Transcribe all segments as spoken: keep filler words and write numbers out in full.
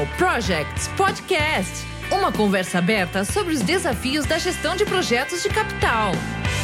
Capital Projects Podcast, uma conversa aberta sobre os desafios da gestão de projetos de capital.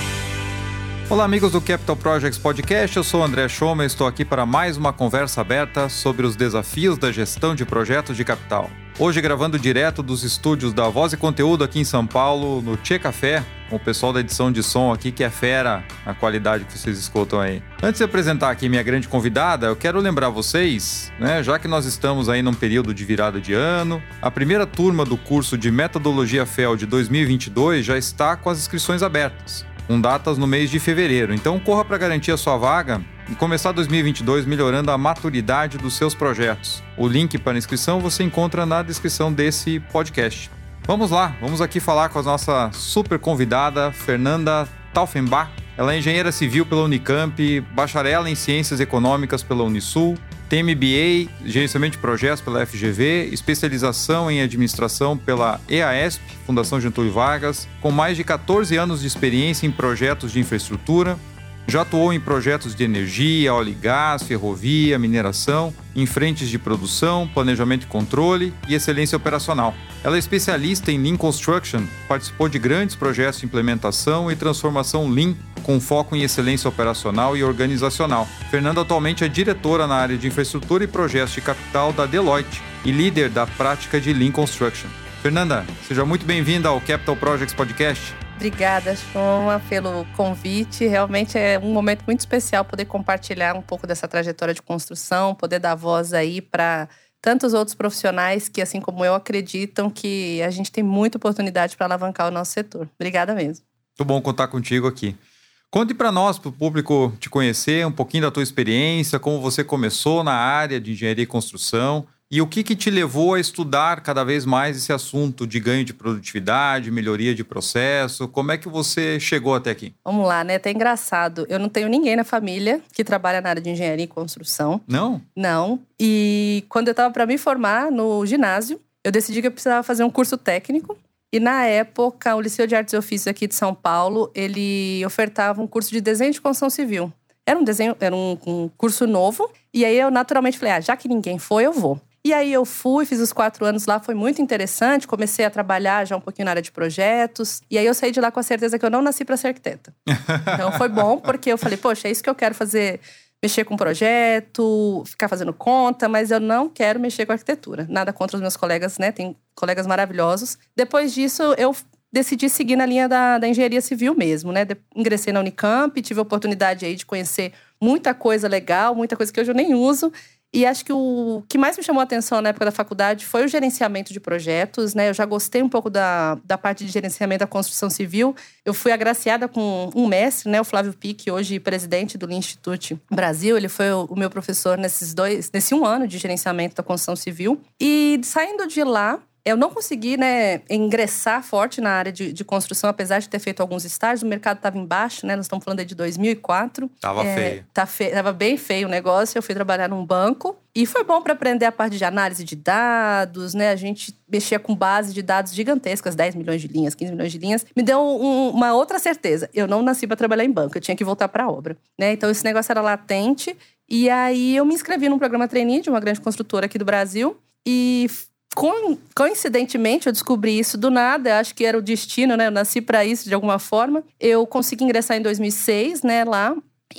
Olá, amigos do Capital Projects Podcast, eu sou André Schoma e estou aqui para mais uma conversa aberta sobre os desafios da gestão de projetos de capital. Hoje gravando direto dos estúdios da Voz e Conteúdo aqui em São Paulo, no Tchê Café, com o pessoal da edição de som aqui, que é fera a qualidade que vocês escutam aí. Antes de apresentar aqui minha grande convidada, eu quero lembrar vocês, né, já que nós estamos aí num período de virada de ano, a primeira turma do curso de Metodologia F E L de dois mil e vinte e dois já está com as inscrições abertas, com datas no mês de fevereiro. Então corra para garantir a sua vaga e começar dois mil e vinte e dois melhorando a maturidade dos seus projetos. O link para inscrição você encontra na descrição desse podcast. Vamos lá, vamos aqui falar com a nossa super convidada, Fernanda Taufenbach. Ela é engenheira civil pela Unicamp, bacharela em Ciências Econômicas pela Unisul, tem M B A, Gerenciamento de Projetos pela F G V, especialização em Administração pela E A S P, Fundação Getúlio Vargas, com mais de catorze anos de experiência em projetos de infraestrutura. Já atuou em projetos de energia, óleo e gás, ferrovia, mineração, em frentes de produção, planejamento e controle e excelência operacional. Ela é especialista em Lean Construction, participou de grandes projetos de implementação e transformação Lean, com foco em excelência operacional e organizacional. Fernanda atualmente é diretora na área de infraestrutura e projetos de capital da Deloitte e líder da prática de Lean Construction. Fernanda, seja muito bem-vinda ao Capital Projects Podcast. Obrigada, Schoma, pelo convite. Realmente é um momento muito especial poder compartilhar um pouco dessa trajetória de construção, poder dar voz aí para tantos outros profissionais que, assim como eu, acreditam que a gente tem muita oportunidade para alavancar o nosso setor. Obrigada mesmo. Muito bom contar contigo aqui. Conte para nós, para o público te conhecer, um pouquinho da tua experiência, como você começou na área de engenharia e construção e o que, que te levou a estudar cada vez mais esse assunto de ganho de produtividade, melhoria de processo. Como é que você chegou até aqui? Vamos lá, né? Até engraçado. Eu não tenho ninguém na família que trabalha na área de engenharia e construção. Não? Não. E quando eu estava para me formar no ginásio, eu decidi que eu precisava fazer um curso técnico. E na época, o Liceu de Artes e Ofícios aqui de São Paulo, ele ofertava um curso de desenho de construção civil. Era um desenho, era um, um curso novo. E aí eu naturalmente falei, ah, já que ninguém foi, eu vou. E aí eu fui, fiz os quatro anos lá, foi muito interessante. Comecei a trabalhar já um pouquinho na área de projetos. E aí eu saí de lá com a certeza que eu não nasci para ser arquiteta. Então foi bom, porque eu falei, poxa, é isso que eu quero fazer. Mexer com projeto, ficar fazendo conta, mas eu não quero mexer com arquitetura. Nada contra os meus colegas, né? Tem colegas maravilhosos. Depois disso, eu decidi seguir na linha da, da engenharia civil mesmo, né? De, ingressei na Unicamp, tive a oportunidade aí de conhecer muita coisa legal, muita coisa que hoje eu nem uso. E acho que o que mais me chamou a atenção na época da faculdade foi o gerenciamento de projetos, né? Eu já gostei um pouco da, da parte de gerenciamento da construção civil. Eu fui agraciada com um mestre, né? O Flávio Pique, hoje presidente do Lean Institute Brasil. Ele foi o, o meu professor nesses dois, nesse um ano de gerenciamento da construção civil. E saindo de lá, eu não consegui, né, ingressar forte na área de, de construção, apesar de ter feito alguns estágios. O mercado estava embaixo, né? Nós estamos falando aí de dois mil e quatro. Tava é, feio. Tá fe... Tava bem feio o negócio. Eu fui trabalhar num banco. E foi bom para aprender a parte de análise de dados, né? A gente mexia com base de dados gigantescas, dez milhões de linhas, quinze milhões de linhas. Me deu um, uma outra certeza. Eu não nasci para trabalhar em banco, eu tinha que voltar para a obra, né? Então esse negócio era latente. E aí eu me inscrevi num programa trainee de uma grande construtora aqui do Brasil. E coincidentemente, eu descobri isso do nada. Eu acho que era o destino, né? Eu nasci para isso de alguma forma. Eu consegui ingressar em dois mil e seis, né? Lá.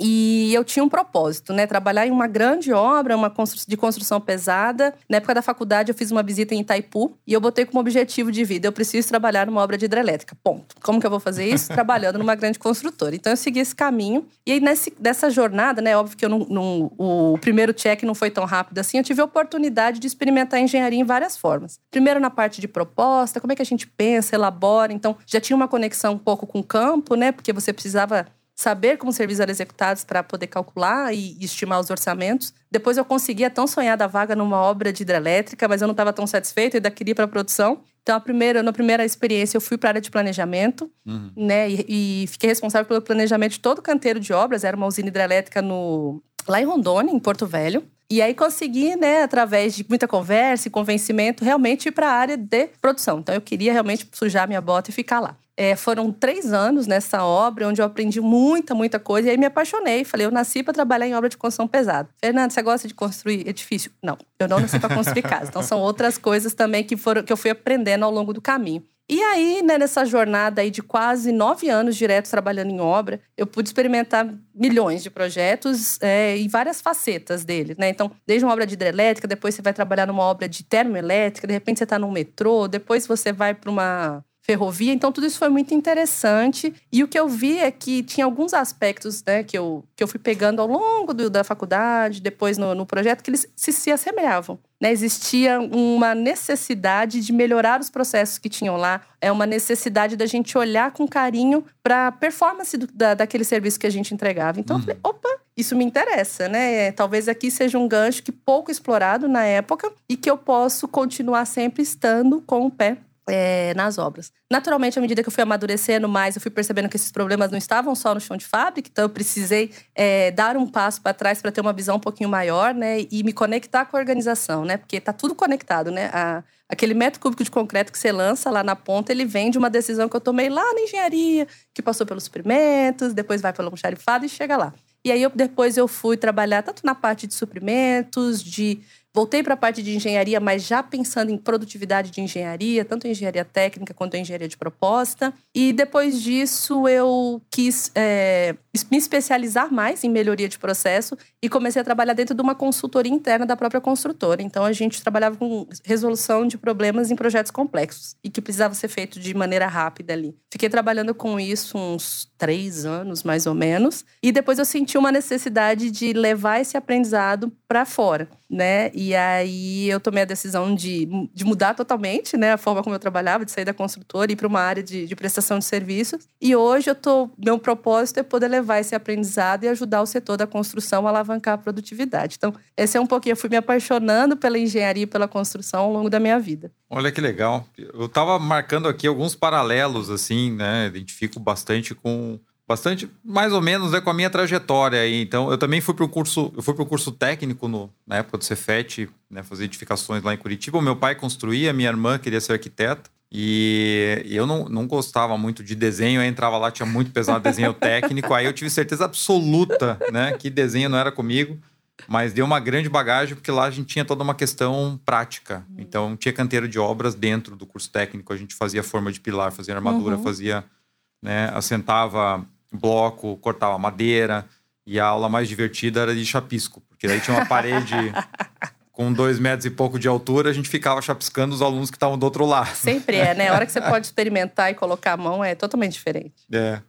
E eu tinha um propósito, né? Trabalhar em uma grande obra, uma constru- de construção pesada. Na época da faculdade, eu fiz uma visita em Itaipu e eu botei como objetivo de vida: eu preciso trabalhar numa obra de hidrelétrica. Ponto. Como que eu vou fazer isso? Trabalhando numa grande construtora. Então, eu segui esse caminho. E aí, nesse, nessa jornada, né? Óbvio que eu não, não, o primeiro check não foi tão rápido assim. Eu tive a oportunidade de experimentar a engenharia em várias formas. Primeiro, na parte de proposta, como é que a gente pensa, elabora. Então, já tinha uma conexão um pouco com o campo, né? Porque você precisava saber como os serviços eram executados para poder calcular e estimar os orçamentos. Depois eu consegui a tão sonhada vaga numa obra de hidrelétrica, mas eu não estava tão satisfeita e ainda queria ir para a produção. Então, a primeira, na primeira experiência, eu fui para a área de planejamento, uhum. né? E, e fiquei responsável pelo planejamento de todo o canteiro de obras. Era uma usina hidrelétrica no, lá em Rondônia, em Porto Velho. E aí consegui, né, através de muita conversa e convencimento, realmente ir para a área de produção. Então, eu queria realmente sujar minha bota e ficar lá. É, foram três anos nessa obra, onde eu aprendi muita, muita coisa. E aí me apaixonei. Falei, eu nasci para trabalhar em obra de construção pesada. Fernando, você gosta de construir edifício? Não, eu não nasci para construir casa. Então são outras coisas também que, foram, que eu fui aprendendo ao longo do caminho. E aí, né, nessa jornada aí de quase nove anos direto trabalhando em obra, eu pude experimentar milhões de projetos é, e várias facetas dele, né? Então, desde uma obra de hidrelétrica, depois você vai trabalhar numa obra de termoelétrica, de repente você está num metrô, depois você vai para uma ferrovia. Então, tudo isso foi muito interessante. E o que eu vi é que tinha alguns aspectos, né, que, eu, que eu fui pegando ao longo do, da faculdade, depois no, no projeto, que eles se, se assemelhavam. Né? Existia uma necessidade de melhorar os processos que tinham lá. É uma necessidade da gente olhar com carinho para a performance do, da, daquele serviço que a gente entregava. Então, uhum. eu falei, opa, isso me interessa, né? Talvez aqui seja um gancho que pouco explorado na época e que eu posso continuar sempre estando com o pé É, nas obras. Naturalmente, à medida que eu fui amadurecendo mais, eu fui percebendo que esses problemas não estavam só no chão de fábrica, então eu precisei é, dar um passo para trás para ter uma visão um pouquinho maior, né, e me conectar com a organização, né, porque está tudo conectado, né, a, aquele metro cúbico de concreto que você lança lá na ponta, ele vem de uma decisão que eu tomei lá na engenharia, que passou pelos suprimentos, depois vai pelo almoxarifado e chega lá. E aí, eu, depois eu fui trabalhar tanto na parte de suprimentos, de... Voltei para a parte de engenharia, mas já pensando em produtividade de engenharia, tanto em engenharia técnica quanto em engenharia de proposta. E depois disso, eu quis é, me especializar mais em melhoria de processo e comecei a trabalhar dentro de uma consultoria interna da própria construtora. Então, a gente trabalhava com resolução de problemas em projetos complexos e que precisava ser feito de maneira rápida ali. Fiquei trabalhando com isso uns três anos, mais ou menos. E depois eu senti uma necessidade de levar esse aprendizado para fora, né? E aí eu tomei a decisão de, de mudar totalmente, né, a forma como eu trabalhava, de sair da construtora e ir para uma área de, de prestação de serviços. E hoje eu tô, meu propósito é poder levar esse aprendizado e ajudar o setor da construção a alavancar a produtividade. Então, esse é um pouquinho, eu fui me apaixonando pela engenharia e pela construção ao longo da minha vida. Olha que legal. Eu estava marcando aqui alguns paralelos, assim, né, identifico bastante com... Bastante, mais ou menos, né, com a minha trajetória aí. Então, eu também fui para o curso, eu fui para o curso técnico no, na época do Cefet, né, fazer edificações lá em Curitiba. O meu pai construía, minha irmã queria ser arquiteta. E, e eu não, não gostava muito de desenho. Eu entrava lá, tinha muito pesado desenho técnico. Aí eu tive certeza absoluta, né, que desenho não era comigo. Mas deu uma grande bagagem, porque lá a gente tinha toda uma questão prática. Então, tinha canteiro de obras dentro do curso técnico. A gente fazia forma de pilar, fazia armadura, uhum. fazia, né, assentava... bloco, cortava madeira, e a aula mais divertida era de chapisco, porque aí tinha uma parede com dois metros e pouco de altura, a gente ficava chapiscando os alunos que estavam do outro lado. Sempre é, né? A hora que você pode experimentar e colocar a mão é totalmente diferente. É.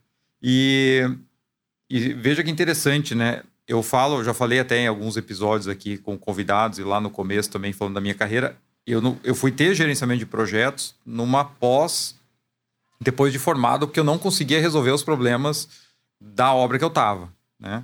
E, e veja que interessante, né? Eu falo, eu já falei até em alguns episódios aqui com convidados, e lá no começo também falando da minha carreira, eu, não, eu fui ter gerenciamento de projetos numa pós depois de formado, porque eu não conseguia resolver os problemas da obra que eu estava, né?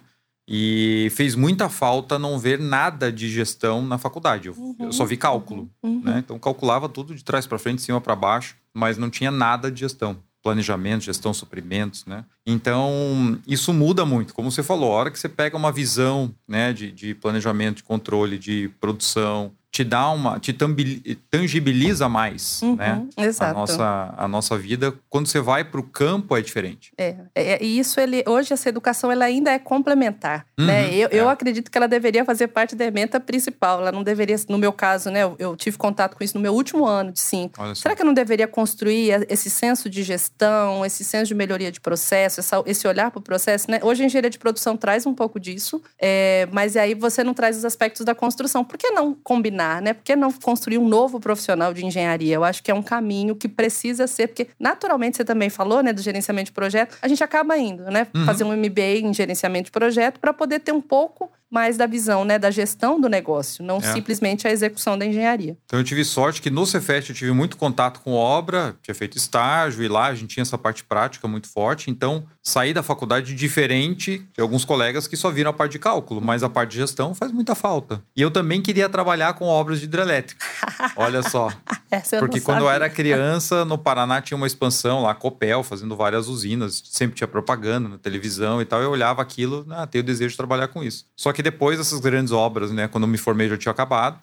E fez muita falta não ver nada de gestão na faculdade. Eu, uhum, eu só vi cálculo, uhum. né? Então, calculava tudo de trás para frente, de cima para baixo, mas não tinha nada de gestão. Planejamento, gestão, suprimentos, né? Então, isso muda muito. Como você falou, a hora que você pega uma visão, né, de, de planejamento, de controle, de produção... te dá uma, te tangibiliza mais, uhum, né? Exato. A nossa, a nossa vida. Quando você vai para o campo, é diferente. É, é, e isso, ele, hoje, essa educação, ela ainda é complementar, uhum, né? Eu, é. eu acredito que ela deveria fazer parte da ementa principal. Ela não deveria, no meu caso, né? Eu, eu tive contato com isso no meu último ano de cinco. Será que eu não deveria construir esse senso de gestão, esse senso de melhoria de processo, essa, esse olhar para o processo, né? Hoje, a engenharia de produção traz um pouco disso, é, mas aí você não traz os aspectos da construção. Por que não combinar? Né? Por que não construir um novo profissional de engenharia? Eu acho que é um caminho que precisa ser, porque naturalmente você também falou, né, do gerenciamento de projeto, a gente acaba indo, né, uhum. fazer um M B A em gerenciamento de projeto para poder ter um pouco mais da visão, né, da gestão do negócio, não é. simplesmente a execução da engenharia. Então eu tive sorte que no Cefet eu tive muito contato com obra, tinha feito estágio e lá a gente tinha essa parte prática muito forte, então saí da faculdade diferente de alguns colegas que só viram a parte de cálculo, mas a parte de gestão faz muita falta. E eu também queria trabalhar com obras de hidrelétrica. Olha só. Essa eu Porque não quando sabia. eu era criança, no Paraná tinha uma expansão lá, Copel, fazendo várias usinas, sempre tinha propaganda na televisão e tal, eu olhava aquilo, ah, tenho o desejo de trabalhar com isso. Só que depois dessas grandes obras, né, quando eu me formei já tinha acabado.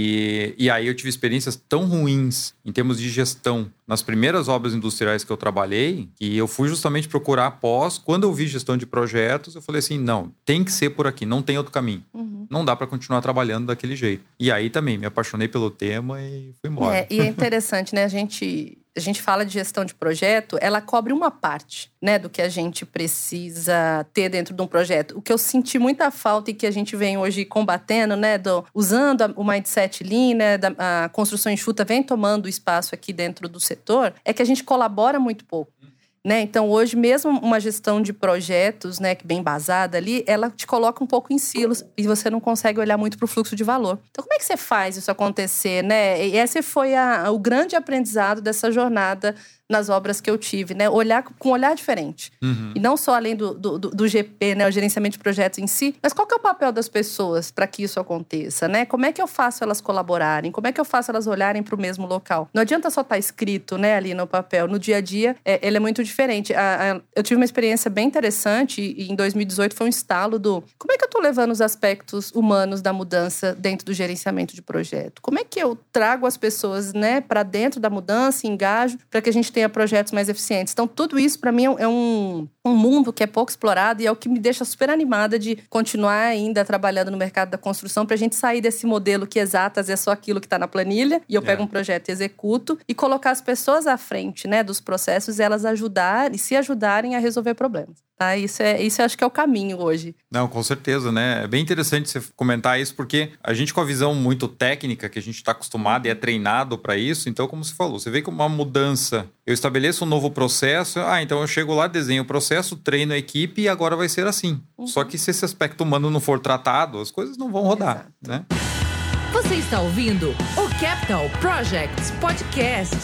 E, e aí eu tive experiências tão ruins em termos de gestão nas primeiras obras industriais que eu trabalhei, que eu fui justamente procurar após. Quando eu vi gestão de projetos, eu falei assim, não, tem que ser por aqui, não tem outro caminho. Uhum. Não dá para continuar trabalhando daquele jeito. E aí também me apaixonei pelo tema e fui embora. É, e é interessante, né? A gente... A gente fala de gestão de projeto, ela cobre uma parte, né, do que a gente precisa ter dentro de um projeto. O que eu senti muita falta e que a gente vem hoje combatendo, né, do, usando a, o mindset Lean, né, da, a construção enxuta vem tomando espaço aqui dentro do setor, é que a gente colabora muito pouco. Né? Então, hoje, mesmo uma gestão de projetos, né, bem embasada ali, ela te coloca um pouco em silos e você não consegue olhar muito para o fluxo de valor. Então, como é que você faz isso acontecer? Né? E esse foi a, o grande aprendizado dessa jornada nas obras que eu tive, né? Olhar com um olhar diferente. Uhum. E não só além do, do, do G P, né? O gerenciamento de projetos em si, mas qual que é o papel das pessoas para que isso aconteça, né? Como é que eu faço elas colaborarem? Como é que eu faço elas olharem para o mesmo local? Não adianta só estar escrito, né, ali no papel. No dia a dia, é, ele é muito diferente. A, a, eu tive uma experiência bem interessante e em dois mil e dezoito foi um estalo do... Como é que eu estou levando os aspectos humanos da mudança dentro do gerenciamento de projeto? Como é que eu trago as pessoas, né, para dentro da mudança e engajo para que a gente tenha projetos mais eficientes. Então, tudo isso, para mim, é um, um mundo que é pouco explorado e é o que me deixa super animada de continuar ainda trabalhando no mercado da construção para a gente sair desse modelo que exatas é só aquilo que está na planilha e eu pego é. um projeto e executo e colocar as pessoas à frente, né, dos processos e elas ajudarem, se ajudarem a resolver problemas. Tá? Isso, é, isso eu acho que é o caminho hoje. Não, com certeza, né? É bem interessante você comentar isso, porque a gente com a visão muito técnica, que a gente está acostumado e é treinado para isso, então, como você falou, você vê que uma mudança, eu estabeleço um novo processo, ah, então eu chego lá, desenho o processo, treino a equipe e agora vai ser assim. Uhum. Só que se esse aspecto humano não for tratado, as coisas não vão rodar, Exato. né? Você está ouvindo o Capital Projects Podcast.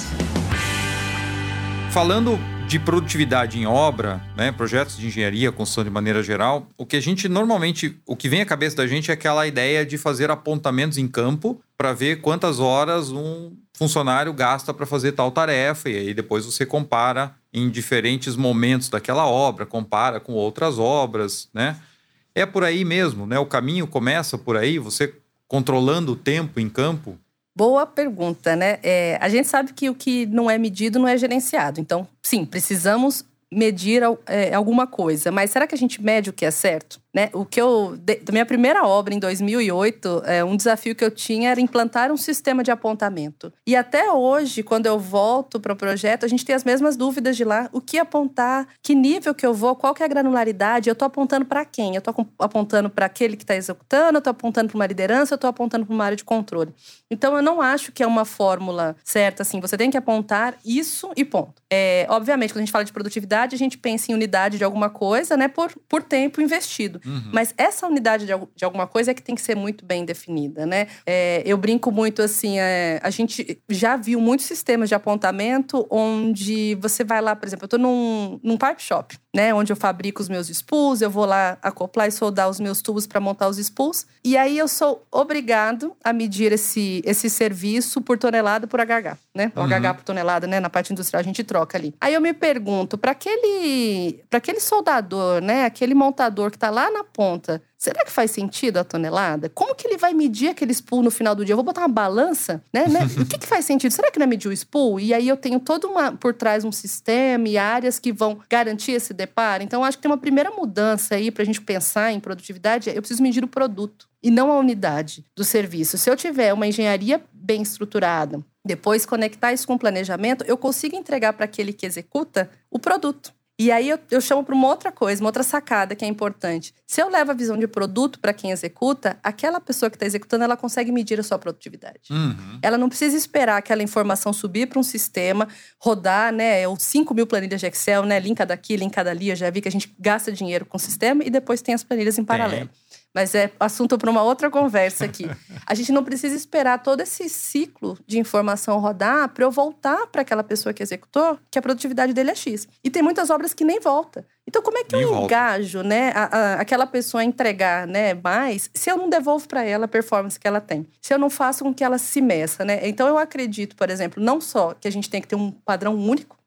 Falando de produtividade em obra, né, projetos de engenharia, construção de maneira geral, o que a gente normalmente, o que vem à cabeça da gente é aquela ideia de fazer apontamentos em campo para ver quantas horas um funcionário gasta para fazer tal tarefa e aí depois você compara em diferentes momentos daquela obra, compara com outras obras, né? É por aí mesmo, né? O caminho começa por aí, você controlando o tempo em campo. Boa pergunta, né? É, a gente sabe que o que não é medido não é gerenciado. Então, sim, precisamos medir é, alguma coisa. Mas será que a gente mede o que é certo? Né? O que eu, da minha primeira obra, em dois mil e oito, é, um desafio que eu tinha era implantar um sistema de apontamento. E até hoje, quando eu volto para o projeto, a gente tem as mesmas dúvidas de lá. O que apontar? Que nível que eu vou? Qual que é a granularidade? Eu estou apontando para quem? Eu estou apontando para aquele que está executando? Eu estou apontando para uma liderança? Eu estou apontando para uma área de controle? Então, eu não acho que é uma fórmula certa, assim. Você tem que apontar isso e ponto. É, obviamente, quando a gente fala de produtividade, a gente pensa em unidade de alguma coisa, né, por, por tempo investido. Uhum. Mas essa unidade de, de alguma coisa é que tem que ser muito bem definida, né? É, eu brinco muito assim, é, a gente já viu muitos sistemas de apontamento onde você vai lá, por exemplo, eu estou num, num pipe shop, né? Onde eu fabrico os meus spools, eu vou lá acoplar e soldar os meus tubos para montar os spools. E aí eu sou obrigado a medir esse, esse serviço por tonelada por H H, né? O uhum. H H por tonelada, né? Na parte industrial a gente troca ali. Aí eu me pergunto, para aquele, para aquele soldador, né? Aquele montador que está lá na ponta, será que faz sentido a tonelada? Como que ele vai medir aquele spool no final do dia? Eu vou botar uma balança, né? né? O que que faz sentido? Será que não é medir o spool? E aí eu tenho todo uma, por trás um sistema e áreas que vão garantir esse deparo. Então, eu acho que tem uma primeira mudança aí pra gente pensar em produtividade. Eu preciso medir o produto e não a unidade do serviço. Se eu tiver uma engenharia bem estruturada, depois conectar isso com o planejamento, eu consigo entregar para aquele que executa o produto. E aí eu, eu chamo para uma outra coisa, uma outra sacada que é importante. Se eu levo a visão de produto para quem executa, aquela pessoa que está executando, ela consegue medir a sua produtividade. Uhum. Ela não precisa esperar aquela informação subir para um sistema, rodar, né, ou cinco mil planilhas de Excel, né, linka daqui, linka dali. Eu já vi que a gente gasta dinheiro com o sistema e depois tem as planilhas em paralelo. É. Mas é assunto para uma outra conversa aqui. A gente não precisa esperar todo esse ciclo de informação rodar para eu voltar para aquela pessoa que executou que a produtividade dele é X. E tem muitas obras que nem volta. Então, como é que nem eu volta. engajo, né, a, a, aquela pessoa a entregar, né, mais se eu não devolvo para ela a performance que ela tem? Se eu não faço com que ela se meça, né? Então, eu acredito, por exemplo, não só que a gente tem que ter um padrão único,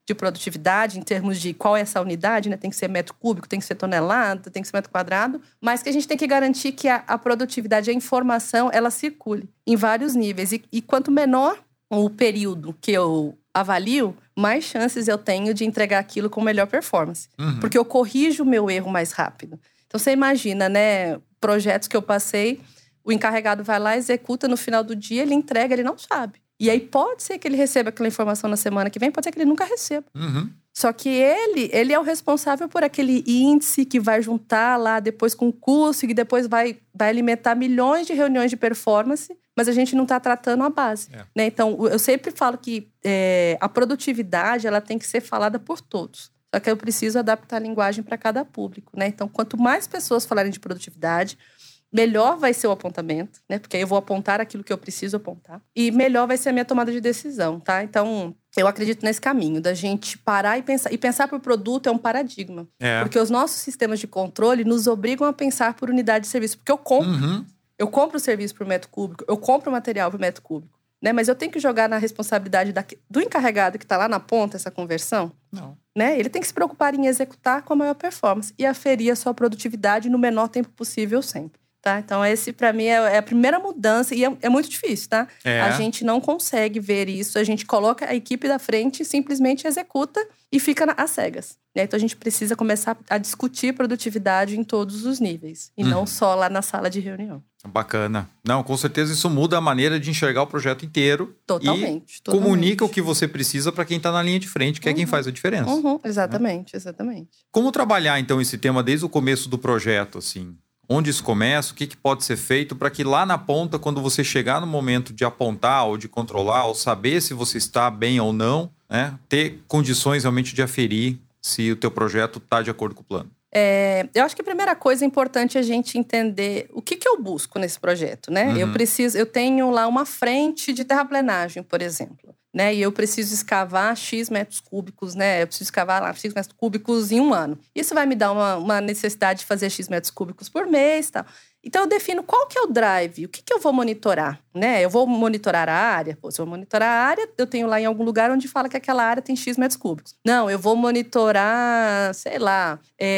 de produtividade, em termos de qual é essa unidade, né? Tem que ser metro cúbico, tem que ser tonelada, tem que ser metro quadrado, mas que a gente tem que garantir que a, a produtividade, a informação, ela circule em vários níveis. E, e quanto menor o período que eu avalio, mais chances eu tenho de entregar aquilo com melhor performance. Uhum. Porque eu corrijo o meu erro mais rápido. Então, você imagina, né? Projetos que eu passei, o encarregado vai lá, executa, no final do dia, ele entrega, ele não sabe. E aí pode ser que ele receba aquela informação na semana que vem, pode ser que ele nunca receba. Uhum. Só que ele, ele é o responsável por aquele índice que vai juntar lá depois com o custo, e depois vai, vai alimentar milhões de reuniões de performance, mas a gente não está tratando a base. É. Né? Então, eu sempre falo que é, a produtividade ela tem que ser falada por todos. Só que eu preciso adaptar a linguagem para cada público. Né? Então, quanto mais pessoas falarem de produtividade, melhor vai ser o apontamento, né? Porque aí eu vou apontar aquilo que eu preciso apontar. E melhor vai ser a minha tomada de decisão, tá? Então, eu acredito nesse caminho, da gente parar e pensar. E pensar por produto é um paradigma. É. Porque os nossos sistemas de controle nos obrigam a pensar por unidade de serviço. Porque eu compro. Uhum. Eu compro o serviço por metro cúbico, eu compro o material por metro cúbico. Né? Mas eu tenho que jogar na responsabilidade da, do encarregado que está lá na ponta essa conversão. Não. Né? Ele tem que se preocupar em executar com a maior performance e aferir a sua produtividade no menor tempo possível sempre. Tá? Então, esse, para mim, é a primeira mudança. E é, é muito difícil, tá? É. A gente não consegue ver isso. A gente coloca a equipe da frente, simplesmente executa e fica às cegas. Né? Então, a gente precisa começar a discutir produtividade em todos os níveis. E hum. não só lá na sala de reunião. Bacana. Não, com certeza isso muda a maneira de enxergar o projeto inteiro. Totalmente. E totalmente. comunica o que você precisa para quem está na linha de frente, que uhum. é quem faz a diferença. Uhum. Exatamente, né? exatamente. Como trabalhar, então, esse tema desde o começo do projeto, assim? Onde isso começa, o que, que pode ser feito para que lá na ponta, quando você chegar no momento de apontar ou de controlar ou saber se você está bem ou não, né, ter condições realmente de aferir se o teu projeto está de acordo com o plano? É, eu acho que a primeira coisa é importante a gente entender o que, que eu busco nesse projeto, né? Uhum. Eu preciso, eu tenho lá uma frente de terraplenagem, por exemplo. Né, e eu preciso escavar X metros cúbicos, né? Eu preciso escavar lá X metros cúbicos em um ano. Isso vai me dar uma, uma necessidade de fazer X metros cúbicos por mês e tal. Então, eu defino qual que é o drive, o que, que eu vou monitorar, né? Eu vou monitorar a área. Pô, se eu monitorar a área, eu tenho lá em algum lugar onde fala que aquela área tem X metros cúbicos. Não, eu vou monitorar, sei lá,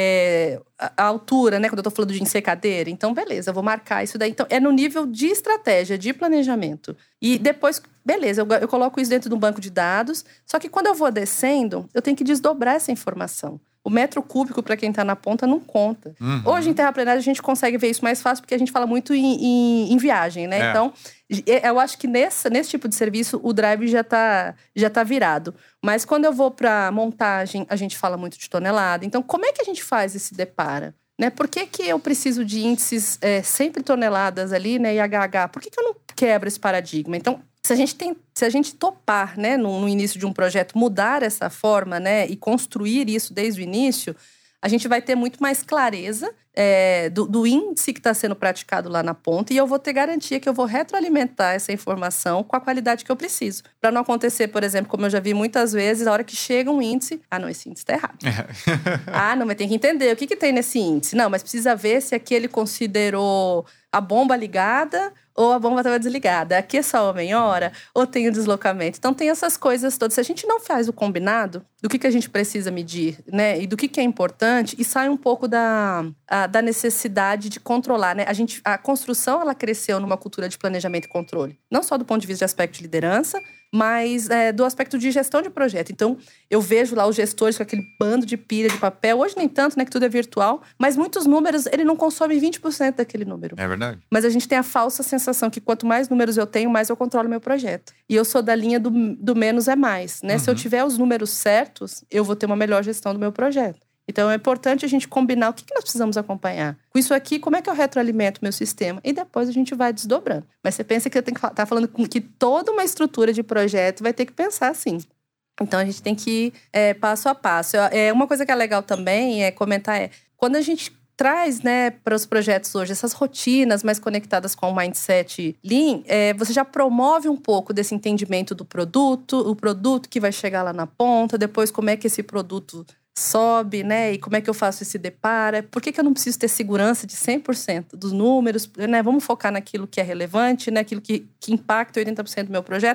é, a altura, né? Quando eu tô falando de ensecadeira. Então, beleza, eu vou marcar isso daí. Então, é no nível de estratégia, de planejamento. E depois, beleza, eu, eu coloco isso dentro de um banco de dados. Só que quando eu vou descendo, eu tenho que desdobrar essa informação. O metro cúbico, para quem está na ponta, não conta. Uhum. Hoje, em terraplenagem, a gente consegue ver isso mais fácil, porque a gente fala muito em, em, em viagem, né? É. Então, eu acho que nesse, nesse tipo de serviço, o drive já está já tá virado. Mas quando eu vou para montagem, a gente fala muito de tonelada. Então, como é que a gente faz esse depara? Né? Por que, que eu preciso de índices é, sempre toneladas ali, né? E H H? Por que, que eu não quebro esse paradigma? Então, se a gente, tem, se a gente topar, né, no, no início de um projeto, mudar essa forma, né, e construir isso desde o início, a gente vai ter muito mais clareza é, do, do índice que está sendo praticado lá na ponta, e eu vou ter garantia que eu vou retroalimentar essa informação com a qualidade que eu preciso. Para não acontecer, por exemplo, como eu já vi muitas vezes, a hora que chega um índice, ah, não, esse índice está errado. Ah, não, mas tem que entender o que, que tem nesse índice. Não, mas precisa ver se aquele considerou a bomba ligada ou a bomba estava desligada. Aqui é só homem-hora ou tem o deslocamento. Então, tem essas coisas todas. Se a gente não faz o combinado do que, que a gente precisa medir, né, e do que, que é importante, e sai um pouco da, a, da necessidade de controlar, né? A, gente, a construção, ela cresceu numa cultura de planejamento e controle. Não só do ponto de vista de aspecto de liderança, mas é, do aspecto de gestão de projeto. Então, eu vejo lá os gestores com aquele bando de pilha de papel. Hoje nem tanto, né, que tudo é virtual. Mas muitos números, ele não consome vinte por cento daquele número. É verdade. Mas a gente tem a falsa sensação que quanto mais números eu tenho, mais eu controlo meu projeto. E eu sou da linha do, do menos é mais, né? Uhum. Se eu tiver os números certos, eu vou ter uma melhor gestão do meu projeto. Então, é importante a gente combinar o que, que nós precisamos acompanhar. Com isso aqui, como é que eu retroalimento o meu sistema? E depois a gente vai desdobrando. Mas você pensa que eu tenho que estar tá falando que toda uma estrutura de projeto vai ter que pensar assim. Então, a gente tem que ir é, passo a passo. É, uma coisa que é legal também é comentar é... Quando a gente traz, né, para os projetos hoje essas rotinas mais conectadas com o mindset Lean, é, você já promove um pouco desse entendimento do produto, o produto que vai chegar lá na ponta, depois como é que esse produto sobe, né? E como é que eu faço esse depara? Por que que eu não preciso ter segurança de cem por cento dos números? Né? Vamos focar naquilo que é relevante, naquilo que, que impacta oitenta por cento do meu projeto.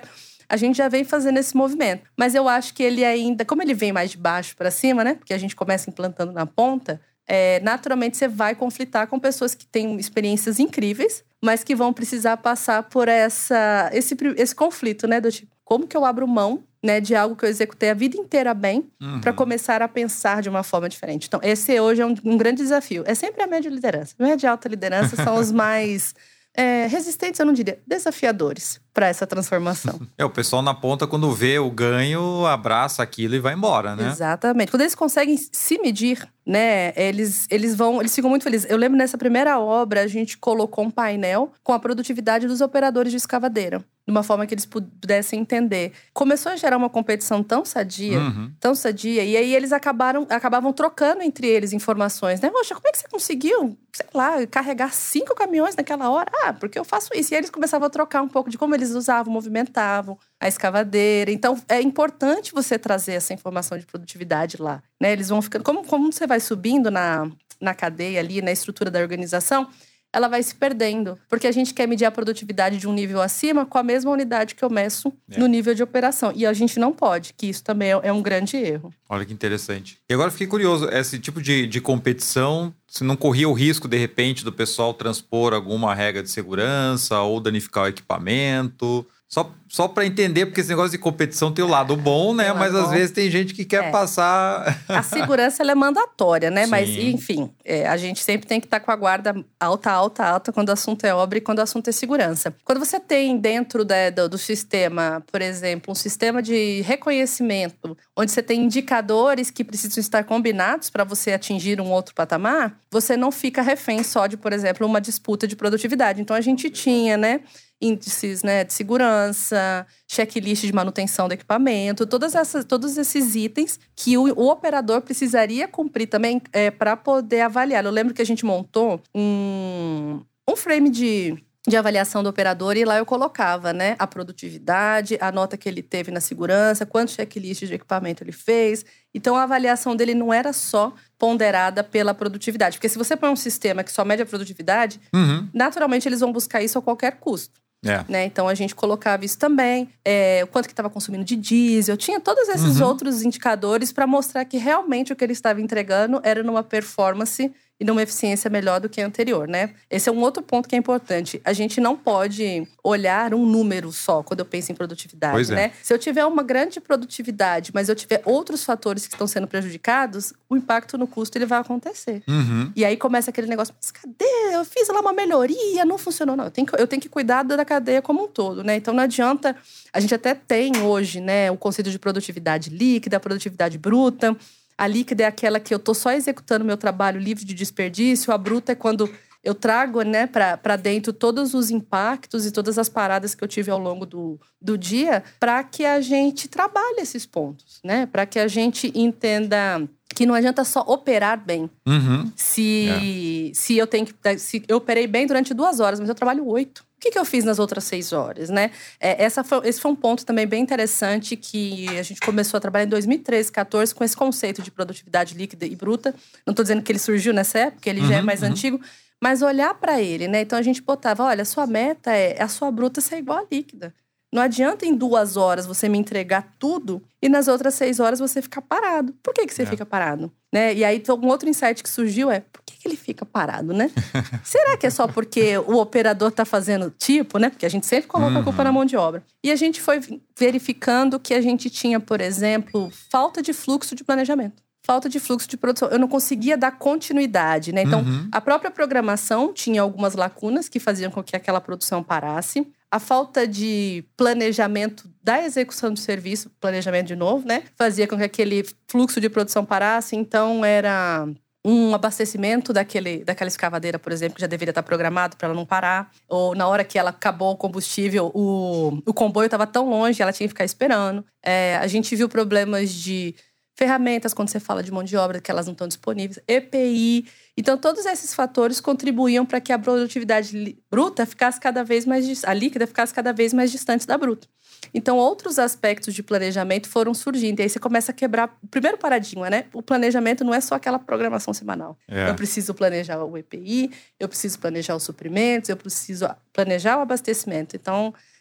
a gente já vem fazendo esse movimento. Mas eu acho que ele ainda, como ele vem mais de baixo para cima, né? Porque a gente começa implantando na ponta, é, naturalmente você vai conflitar com pessoas que têm experiências incríveis, mas que vão precisar passar por essa, esse, esse conflito, né? Do tipo, como que eu abro mão, né, de algo que eu executei a vida inteira bem, uhum. para começar a pensar de uma forma diferente. Então, esse hoje é um, um grande desafio. É sempre a média liderança. A média e alta liderança são os mais é, resistentes, eu não diria, desafiadores para essa transformação. É, o pessoal na ponta, quando vê o ganho, abraça aquilo e vai embora, né? Exatamente. Quando eles conseguem se medir, né, eles, eles vão, eles ficam muito felizes. Eu lembro nessa primeira obra, a gente colocou um painel com a produtividade dos operadores de escavadeira, de uma forma que eles pudessem entender. Começou a gerar uma competição tão sadia, uhum. tão sadia, e aí eles acabaram, acabavam trocando entre eles informações, né? Poxa, como é que você conseguiu, sei lá, carregar cinco caminhões naquela hora? Ah, porque eu faço isso. E aí eles começavam a trocar um pouco de como eles usavam, movimentavam a escavadeira. Então, é importante você trazer essa informação de produtividade lá, né? Eles vão ficando… Como, como você vai subindo na, na cadeia ali, na estrutura da organização, ela vai se perdendo. Porque a gente quer medir a produtividade de um nível acima com a mesma unidade que eu meço é. no nível de operação. E a gente não pode, que isso também é um grande erro. Olha que interessante. E agora fiquei curioso, esse tipo de, de competição, se não corria o risco, de repente, do pessoal transpor alguma regra de segurança ou danificar o equipamento… Só, só para entender, porque esse negócio de competição tem o lado bom, né? Mas às bom. vezes tem gente que quer é. passar… A segurança, ela é mandatória, né? Sim. Mas, enfim, é, a gente sempre tem que estar com a guarda alta, alta, alta quando o assunto é obra e quando o assunto é segurança. Quando você tem dentro da, do, do sistema, por exemplo, um sistema de reconhecimento, onde você tem indicadores que precisam estar combinados para você atingir um outro patamar, você não fica refém só de, por exemplo, uma disputa de produtividade. Então, a gente tinha, né? índices, né, de segurança, checklist de manutenção do equipamento, todas essas, todos esses itens que o, o operador precisaria cumprir também é, para poder avaliar. Eu lembro que a gente montou um, um frame de, de avaliação do operador e lá eu colocava, né, a produtividade, a nota que ele teve na segurança, quantos checklists de equipamento ele fez. Então, a avaliação dele não era só ponderada pela produtividade. Porque se você põe um sistema que só mede a produtividade, uhum. naturalmente eles vão buscar isso a qualquer custo. É. Né? Então, a gente colocava isso também. É, o quanto que estava consumindo de diesel. Tinha todos esses uhum. outros indicadores para mostrar que realmente o que ele estava entregando era numa performance e numa eficiência melhor do que a anterior, né? Esse é um outro ponto que é importante. A gente não pode olhar um número só quando eu penso em produtividade, pois né? É. Se eu tiver uma grande produtividade, mas eu tiver outros fatores que estão sendo prejudicados, o impacto no custo ele vai acontecer. Uhum. E aí começa aquele negócio, mas cadê? Eu fiz lá uma melhoria, não funcionou. Não, eu tenho que, eu tenho que cuidar da cadeia como um todo, né? Então não adianta… A gente até tem hoje, né, o conceito de produtividade líquida, produtividade bruta. A líquida é aquela que eu tô só executando meu trabalho livre de desperdício. A bruta é quando eu trago, né, para dentro todos os impactos e todas as paradas que eu tive ao longo do, do dia para que a gente trabalhe esses pontos, né? Para que a gente entenda que não adianta só operar bem. Uhum. Se, é. se eu tenho que… Se eu operei bem durante duas horas, mas eu trabalho oito. O que, que eu fiz nas outras seis horas, né? É, essa foi, esse foi um ponto também bem interessante que a gente começou a trabalhar em dois mil e treze, quatorze com esse conceito de produtividade líquida e bruta. Não estou dizendo que ele surgiu nessa época, ele uhum, já é mais uhum. antigo. Mas olhar para ele, né? Então a gente botava, olha, a sua meta é a sua bruta ser igual à líquida. Não adianta em duas horas você me entregar tudo e nas outras seis horas você ficar parado. Por que, que você é. fica parado? Né? E aí, um outro insight que surgiu é, por que, que ele fica parado, né? Será que é só porque o operador tá fazendo tipo, né? Porque a gente sempre coloca uhum. a culpa na mão de obra. E a gente foi verificando que a gente tinha, por exemplo, falta de fluxo de planejamento. Falta de fluxo de produção. Eu não conseguia dar continuidade, né? Então, uhum. a própria programação tinha algumas lacunas que faziam com que aquela produção parasse. A falta de planejamento da execução do serviço, planejamento de novo, né? Fazia com que aquele fluxo de produção parasse. Então, era um abastecimento daquele, daquela escavadeira, por exemplo, que já deveria estar programado para ela não parar. Ou na hora que ela acabou o combustível, o, o comboio estava tão longe, ela tinha que ficar esperando. É, a gente viu problemas de ferramentas, quando você fala de mão de obra, que elas não estão disponíveis, E P I. Então, todos esses fatores contribuíam para que a produtividade bruta ficasse cada vez mais… A líquida ficasse cada vez mais distante da bruta. Então, outros aspectos de planejamento foram surgindo. E aí você começa a quebrar… O primeiro paradigma, né? O planejamento não é só aquela programação semanal. É. Eu preciso planejar o E P I, eu preciso planejar os suprimentos, eu preciso planejar o abastecimento. Então…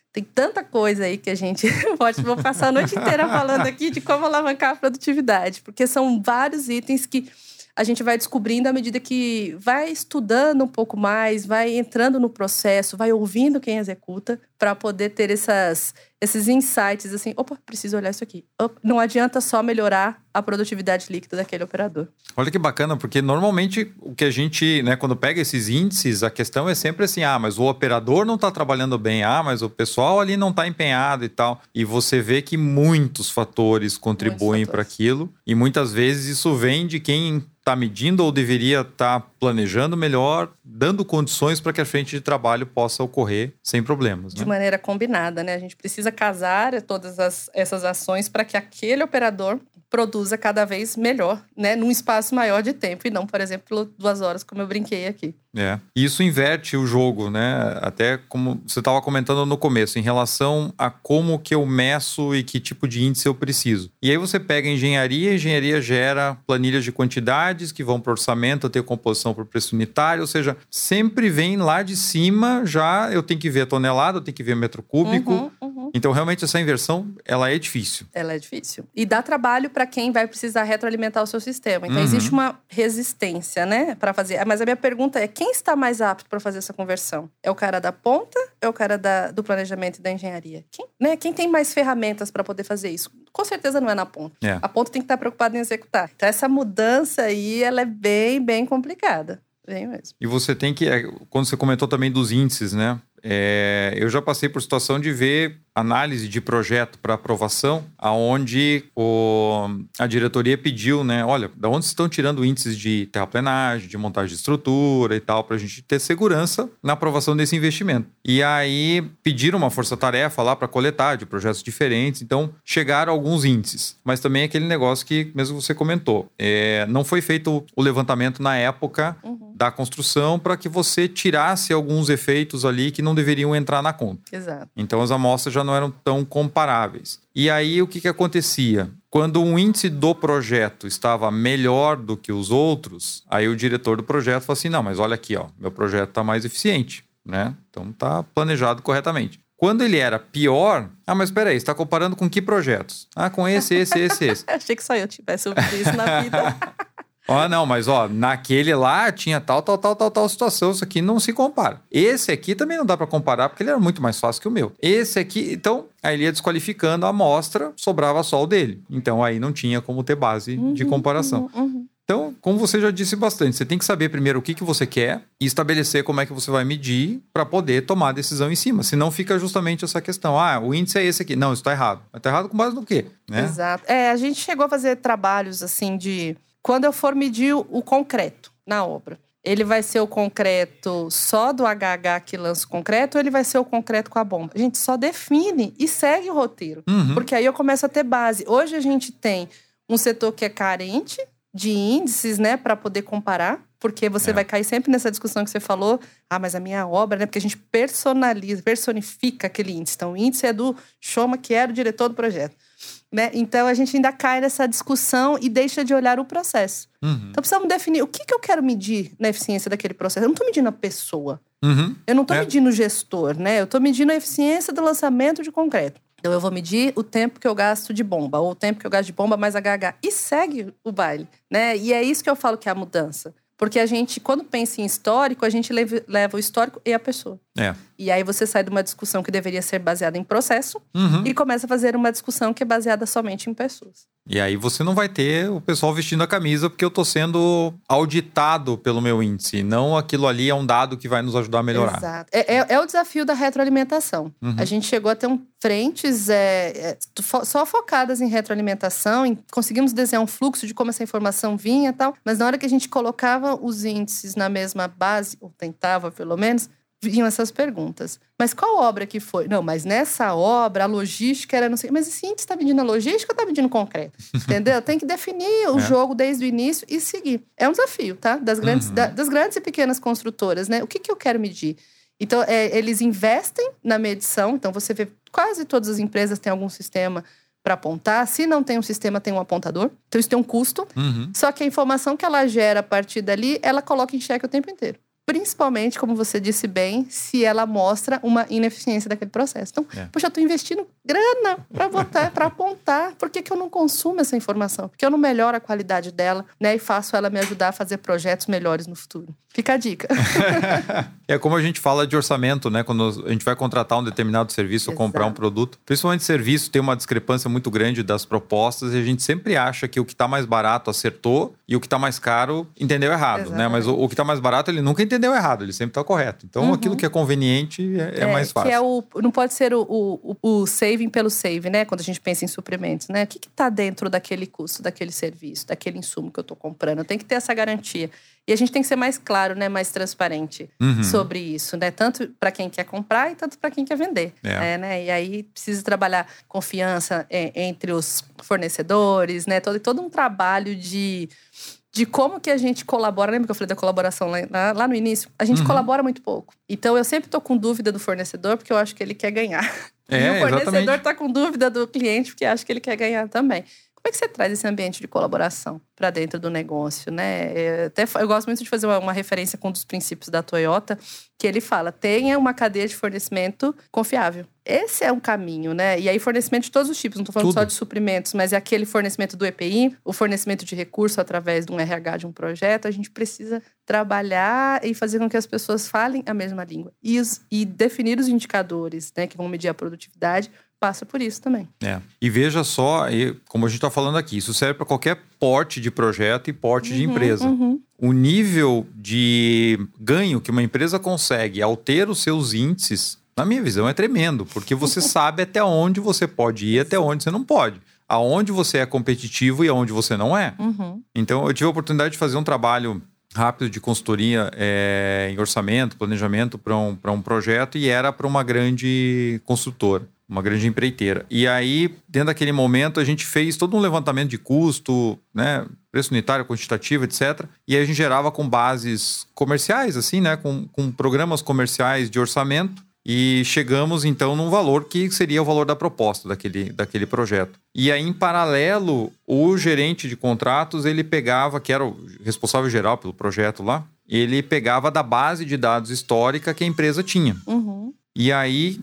Tem tanta coisa aí que a gente pode... Vou passar a noite inteira falando aqui de como alavancar a produtividade. Porque são vários itens que a gente vai descobrindo à medida que vai estudando um pouco mais, vai entrando no processo, vai ouvindo quem executa, para poder ter essas, esses insights, assim, opa, preciso olhar isso aqui. Opa, não adianta só melhorar a produtividade líquida daquele operador. Olha que bacana, porque normalmente o que a gente, né, quando pega esses índices, a questão é sempre assim, ah, mas o operador não está trabalhando bem, ah, mas o pessoal ali não está empenhado e tal. E você vê que muitos fatores contribuem para aquilo, e muitas vezes isso vem de quem está medindo ou deveria estar tá planejando melhor, dando condições para que a frente de trabalho possa ocorrer sem problemas, né? De maneira combinada, né? A gente precisa casar todas as, essas ações para que aquele operador produza cada vez melhor, né? Num espaço maior de tempo e não, por exemplo, duas horas, como eu brinquei aqui. É. Isso inverte o jogo, né? Até como você estava comentando no começo, em relação a como que eu meço e que tipo de índice eu preciso. E aí você pega a engenharia, a engenharia gera planilhas de quantidades que vão para o orçamento, ter composição por preço unitário, ou seja, sempre vem lá de cima, já eu tenho que ver a tonelada, eu tenho que ver metro cúbico. Uhum, uhum. Então, realmente, essa inversão, ela é difícil. Ela é difícil. E dá trabalho para quem vai precisar retroalimentar o seu sistema. Então, uhum. existe uma resistência, né, para fazer. Mas a minha pergunta é, quem está mais apto para fazer essa conversão? É o cara da ponta? É o cara da, do planejamento e da engenharia? Quem, né? Quem tem mais ferramentas para poder fazer isso? Com certeza não é na ponta. É. A ponta tem que estar preocupada em executar. Então, essa mudança aí, ela é bem, bem complicada. Bem mesmo. E você tem que... Quando você comentou também dos índices, né? É, eu já passei por situação de ver análise de projeto para aprovação, aonde o, a diretoria pediu, né? Olha, da onde estão tirando índices de terraplenagem, de montagem de estrutura e tal, para a gente ter segurança na aprovação desse investimento. E aí pediram uma força-tarefa lá para coletar de projetos diferentes, então chegaram alguns índices. Mas também aquele negócio que mesmo você comentou, é, não foi feito o levantamento na época uhum. da construção para que você tirasse alguns efeitos ali que não deveriam entrar na conta. Exato. Então as amostras já não eram tão comparáveis. E aí o que, que acontecia? Quando um índice do projeto estava melhor do que os outros, aí o diretor do projeto falou assim, não, mas olha aqui, ó, meu projeto está mais eficiente, né? Então está planejado corretamente. Quando ele era pior, ah, mas espera aí, você está comparando com que projetos? Ah, com esse, esse, esse, esse. Achei que só eu tivesse ouvido isso na vida. Ó, não, mas ó, naquele lá tinha tal, tal, tal, tal, tal situação. Isso aqui não se compara. Esse aqui também não dá para comparar, porque ele era muito mais fácil que o meu. Esse aqui, então, aí ele ia desqualificando a amostra, sobrava só o dele. Então, aí não tinha como ter base uhum, de comparação. Uhum, uhum. Então, como você já disse bastante, você tem que saber primeiro o que, que você quer e estabelecer como é que você vai medir para poder tomar a decisão em cima. Senão fica justamente essa questão. Ah, o índice é esse aqui. Não, isso está errado. Mas está errado com base no quê? Né? Exato. É, a gente chegou a fazer trabalhos assim de... Quando eu for medir o concreto na obra, ele vai ser o concreto só do H H que lança o concreto ou ele vai ser o concreto com a bomba? A gente só define e segue o roteiro. Uhum. Porque aí eu começo a ter base. Hoje a gente tem um setor que é carente de índices, né, para poder comparar. Porque você é. vai cair sempre nessa discussão que você falou. Ah, mas a minha obra, né? Porque a gente personaliza, personifica aquele índice. Então, o índice é do Choma, que era o diretor do projeto. Né? Então, a gente ainda cai nessa discussão e deixa de olhar o processo. Uhum. Então, precisamos definir o que, que eu quero medir na eficiência daquele processo. Eu não estou medindo a pessoa. Uhum. Eu não estou é. medindo o gestor, né? Eu estou medindo a eficiência do lançamento de concreto. Então, eu vou medir o tempo que eu gasto de bomba, ou o tempo que eu gasto de bomba mais H H. E segue o baile, né? E é isso que eu falo que é a mudança. Porque a gente, quando pensa em histórico, a gente leva o histórico e a pessoa. É. E aí você sai de uma discussão que deveria ser baseada em processo uhum. e começa a fazer uma discussão que é baseada somente em pessoas. E aí você não vai ter o pessoal vestindo a camisa porque eu estou sendo auditado pelo meu índice. Não aquilo ali é um dado que vai nos ajudar a melhorar. Exato. É, é, é o desafio da retroalimentação. Uhum. A gente chegou a ter um frentes é, é, só focadas em retroalimentação. Em, conseguimos desenhar um fluxo de como essa informação vinha e tal. Mas na hora que a gente colocava os índices na mesma base, ou tentava pelo menos, vinham essas perguntas. Mas qual obra que foi? Não, mas nessa obra a logística era não sei... Mas esse índice está medindo a logística ou está medindo concreto? Entendeu? Tem que definir o é. jogo desde o início e seguir. É um desafio, tá? Das grandes, uhum. da, das grandes e pequenas construtoras, né? O que, que eu quero medir? Então, é, eles investem na medição. Então, você vê quase todas as empresas têm algum sistema para apontar. Se não tem um sistema, tem um apontador. Então, isso tem um custo. Uhum. Só que a informação que ela gera a partir dali, ela coloca em xeque o tempo inteiro. Principalmente, como você disse bem, se ela mostra uma ineficiência daquele processo. Então, é. poxa, eu estou investindo grana para botar, para apontar. Por que que eu não consumo essa informação? Porque eu não melhoro a qualidade dela, né? E faço ela me ajudar a fazer projetos melhores no futuro. Fica a dica. É como a gente fala de orçamento, né? Quando a gente vai contratar um determinado serviço ou comprar um produto. Principalmente serviço, tem uma discrepância muito grande das propostas e a gente sempre acha que o que está mais barato acertou e o que está mais caro entendeu errado, Exatamente. né? Mas o, o que está mais barato, ele nunca entendeu errado, ele sempre está correto. Então, uhum. aquilo que é conveniente é, é, é mais fácil. Que é o, não pode ser o, o, o saving pelo save, né? Quando a gente pensa em suprimentos, né? O que está dentro daquele custo, daquele serviço, daquele insumo que eu estou comprando? Eu tenho que ter essa garantia. E a gente tem que ser mais claro, né? Mais transparente uhum. sobre isso, né? Tanto para quem quer comprar e tanto para quem quer vender. É. É, né? E aí precisa trabalhar confiança é, entre os fornecedores, né? Todo, todo um trabalho de... de como que a gente colabora. Lembra que eu falei da colaboração lá, lá no início? A gente uhum. colabora muito pouco. Então, eu sempre tô com dúvida do fornecedor, porque eu acho que ele quer ganhar. É, e o fornecedor exatamente. tá com dúvida do cliente, porque acha que ele quer ganhar também. Como é que você traz esse ambiente de colaboração para dentro do negócio, né? Eu, até, eu gosto muito de fazer uma, uma referência com um dos princípios da Toyota, que ele fala, tenha uma cadeia de fornecimento confiável. Esse é um caminho, né? E aí fornecimento de todos os tipos, não estou falando Tudo. só de suprimentos, mas é aquele fornecimento do E P I, o fornecimento de recurso através de um R H de um projeto. A gente precisa trabalhar e fazer com que as pessoas falem a mesma língua. E, os, e definir os indicadores, né, que vão medir a produtividade, passa por isso também. É. E veja só, como a gente está falando aqui, isso serve para qualquer porte de projeto e porte uhum, de empresa. Uhum. O nível de ganho que uma empresa consegue ao ter os seus índices, na minha visão, é tremendo, porque você sabe até onde você pode ir, até onde você não pode. Aonde você é competitivo e aonde você não é. Uhum. Então, eu tive a oportunidade de fazer um trabalho rápido de consultoria é, em orçamento, planejamento para um, para um projeto e era para uma grande construtora. Uma grande empreiteira. E aí, dentro daquele momento, a gente fez todo um levantamento de custo, né? Preço unitário, quantitativo, etcétera. E aí a gente gerava com bases comerciais, assim, né? Com, com programas comerciais de orçamento. E chegamos, então, num valor que seria o valor da proposta daquele, daquele projeto. E aí, em paralelo, o gerente de contratos, ele pegava, que era o responsável geral pelo projeto lá, ele pegava da base de dados histórica que a empresa tinha. Uhum. E aí,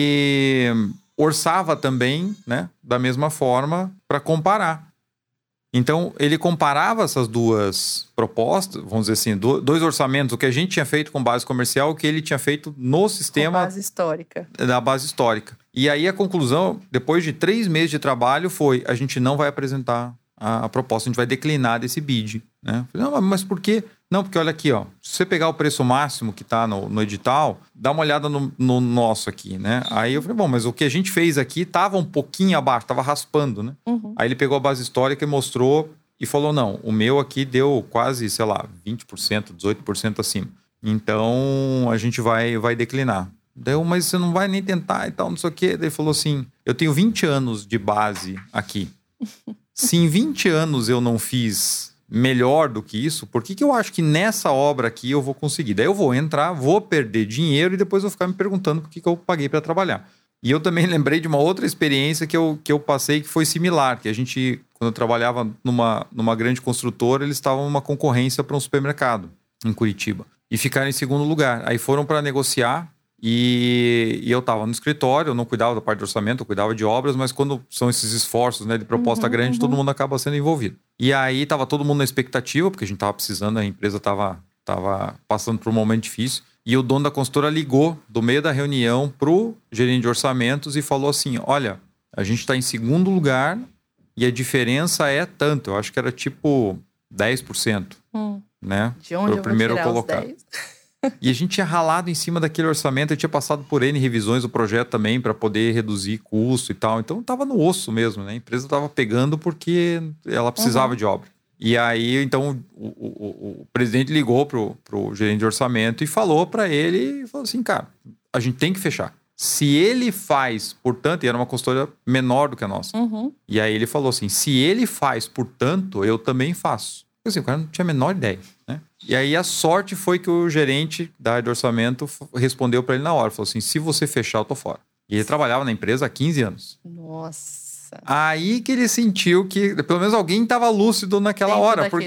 ele orçava também, né, da mesma forma, para comparar. Então, ele comparava essas duas propostas, vamos dizer assim, dois orçamentos, o que a gente tinha feito com base comercial, o que ele tinha feito no sistema... Com base histórica. Da base histórica. E aí, a conclusão, depois de três meses de trabalho, foi, a gente não vai apresentar a, a proposta, a gente vai declinar desse bid. Né? Falei, não, mas por quê? Não, porque olha aqui, ó, se você pegar o preço máximo que está no, no edital, dá uma olhada no, no nosso aqui, né? Aí eu falei, bom, mas o que a gente fez aqui estava um pouquinho abaixo, estava raspando, né? Uhum. Aí ele pegou a base histórica e mostrou e falou, não, o meu aqui deu quase, sei lá, vinte por cento, dezoito por cento acima. Então, a gente vai, vai declinar. Daí eu, mas você não vai nem tentar e tal, não sei o quê. Daí ele falou assim, eu tenho vinte anos de base aqui. Se em vinte anos eu não fiz... melhor do que isso, por que que eu acho que nessa obra aqui eu vou conseguir? Daí eu vou entrar, vou perder dinheiro e depois vou ficar me perguntando por que que eu paguei para trabalhar. E eu também lembrei de uma outra experiência que eu, que eu passei que foi similar, que a gente, quando eu trabalhava numa, numa grande construtora, eles estavam numa concorrência para um supermercado em Curitiba e ficaram em segundo lugar. Aí foram para negociar e, e eu estava no escritório, eu não cuidava da parte do orçamento, eu cuidava de obras, mas quando são esses esforços, né, de proposta uhum, grande, uhum. todo mundo acaba sendo envolvido. E aí estava todo mundo na expectativa, porque a gente estava precisando, a empresa estava tava passando por um momento difícil. E o dono da consultora ligou do meio da reunião pro gerente de orçamentos e falou assim, olha, a gente está em segundo lugar e a diferença é tanto. Eu acho que era tipo dez por cento, hum. né? De onde pro eu primeiro vou tirar colocado. os dez? E a gente tinha ralado em cima daquele orçamento, eu tinha passado por N revisões do projeto também para poder reduzir custo e tal. Então estava no osso mesmo, né? A empresa estava pegando porque ela precisava uhum. de obra. E aí, então, o, o, o presidente ligou pro, pro gerente de orçamento e falou para ele, falou assim, cara, a gente tem que fechar. Se ele faz, portanto, e era uma consultoria menor do que a nossa. Uhum. E aí ele falou assim, se ele faz, portanto, eu também faço. Assim, o cara não tinha a menor ideia, né? E aí a sorte foi que o gerente da área de orçamento respondeu para ele na hora. Falou assim, se você fechar, eu tô fora. E ele trabalhava na empresa há quinze anos. Nossa. Aí que ele sentiu que, pelo menos alguém estava lúcido naquela Dentro hora. Porque,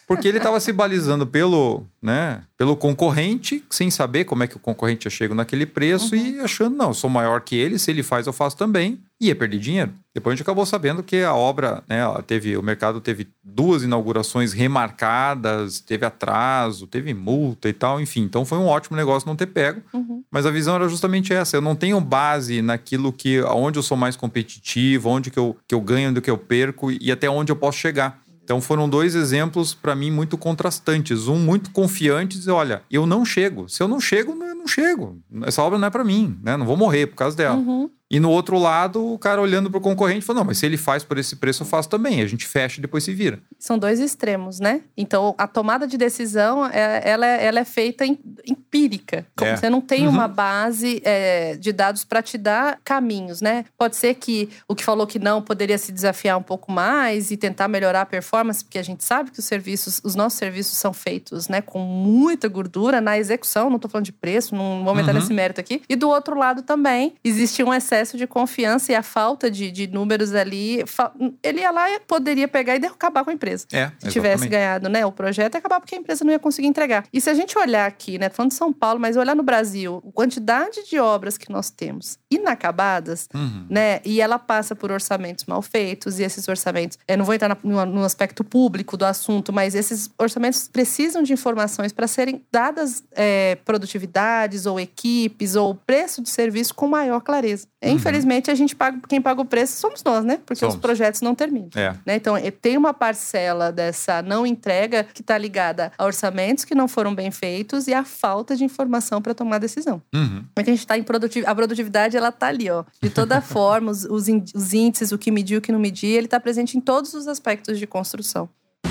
Porque ele estava se balizando pelo, né, pelo concorrente, sem saber como é que o concorrente já chega naquele preço uhum. e achando, não, eu sou maior que ele, se ele faz, eu faço também. E ia perder dinheiro. Depois a gente acabou sabendo que a obra, né, teve, o mercado teve duas inaugurações remarcadas, teve atraso, teve multa e tal, enfim. Então foi um ótimo negócio não ter pego. Uhum. Mas a visão era justamente essa. Eu não tenho base naquilo que, onde eu sou mais competitivo, onde que eu, que eu ganho, onde que eu perco e até onde eu posso chegar. Então foram dois exemplos, para mim, muito contrastantes. Um muito confiante, dizer, olha, eu não chego. Se eu não chego, eu não chego. Essa obra não é para mim, né? Não vou morrer por causa dela. Uhum. E no outro lado, o cara olhando para o concorrente falou, não, mas se ele faz por esse preço, eu faço também. A gente fecha e depois se vira. São dois extremos, né? Então, a tomada de decisão, ela, ela é feita empírica. Como é. Você não tem uhum. uma base é, de dados para te dar caminhos, né? Pode ser que o que falou que não poderia se desafiar um pouco mais e tentar melhorar a performance, porque a gente sabe que os serviços, os nossos serviços são feitos, né, com muita gordura na execução. Não estou falando de preço, não vou aumentar uhum. nesse mérito aqui. E do outro lado também, existe um excesso de confiança e a falta de, de números ali, ele ia lá e poderia pegar e acabar com a empresa. É, se tivesse ganhado, né, o projeto, ia acabar porque a empresa não ia conseguir entregar. E se a gente olhar aqui, né, falando de São Paulo, mas olhar no Brasil, a quantidade de obras que nós temos inacabadas, uhum. né, e ela passa por orçamentos mal feitos, e esses orçamentos, eu não vou entrar no, no aspecto público do assunto, mas esses orçamentos precisam de informações para serem dadas é, produtividades ou equipes ou preço de serviço com maior clareza. Uhum. Infelizmente, a gente paga, quem paga o preço somos nós, né? Porque somos. Os projetos não terminam. É. Né? Então, tem uma parcela dessa não entrega que está ligada a orçamentos que não foram bem feitos e a falta de informação para tomar decisão. Uhum. Porque a gente está em produtividade. A produtividade, ela está ali, ó. De toda forma, os, os índices, o que medir, o que não medir, ele está presente em todos os aspectos de construção.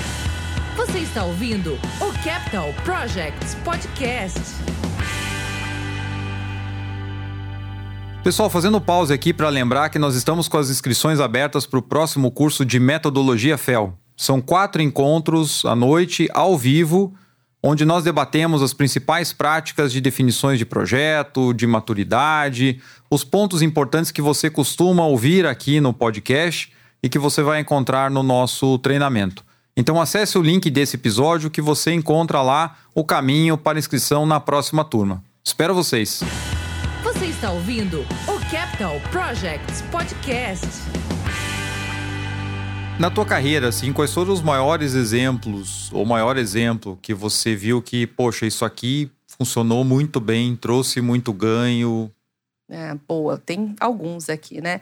Você está ouvindo o Capital Projects Podcast. Pessoal, fazendo pause aqui para lembrar que nós estamos com as inscrições abertas para o próximo curso de Metodologia F E L. São quatro encontros à noite, ao vivo, onde nós debatemos as principais práticas de definições de projeto, de maturidade, os pontos importantes que você costuma ouvir aqui no podcast e que você vai encontrar no nosso treinamento. Então acesse o link desse episódio que você encontra lá o caminho para inscrição na próxima turma. Espero vocês! Você está ouvindo o Capital Projects Podcast. Na tua carreira, assim, quais foram os maiores exemplos, ou maior exemplo que você viu que, poxa, isso aqui funcionou muito bem, trouxe muito ganho? É, boa, tem alguns aqui, né?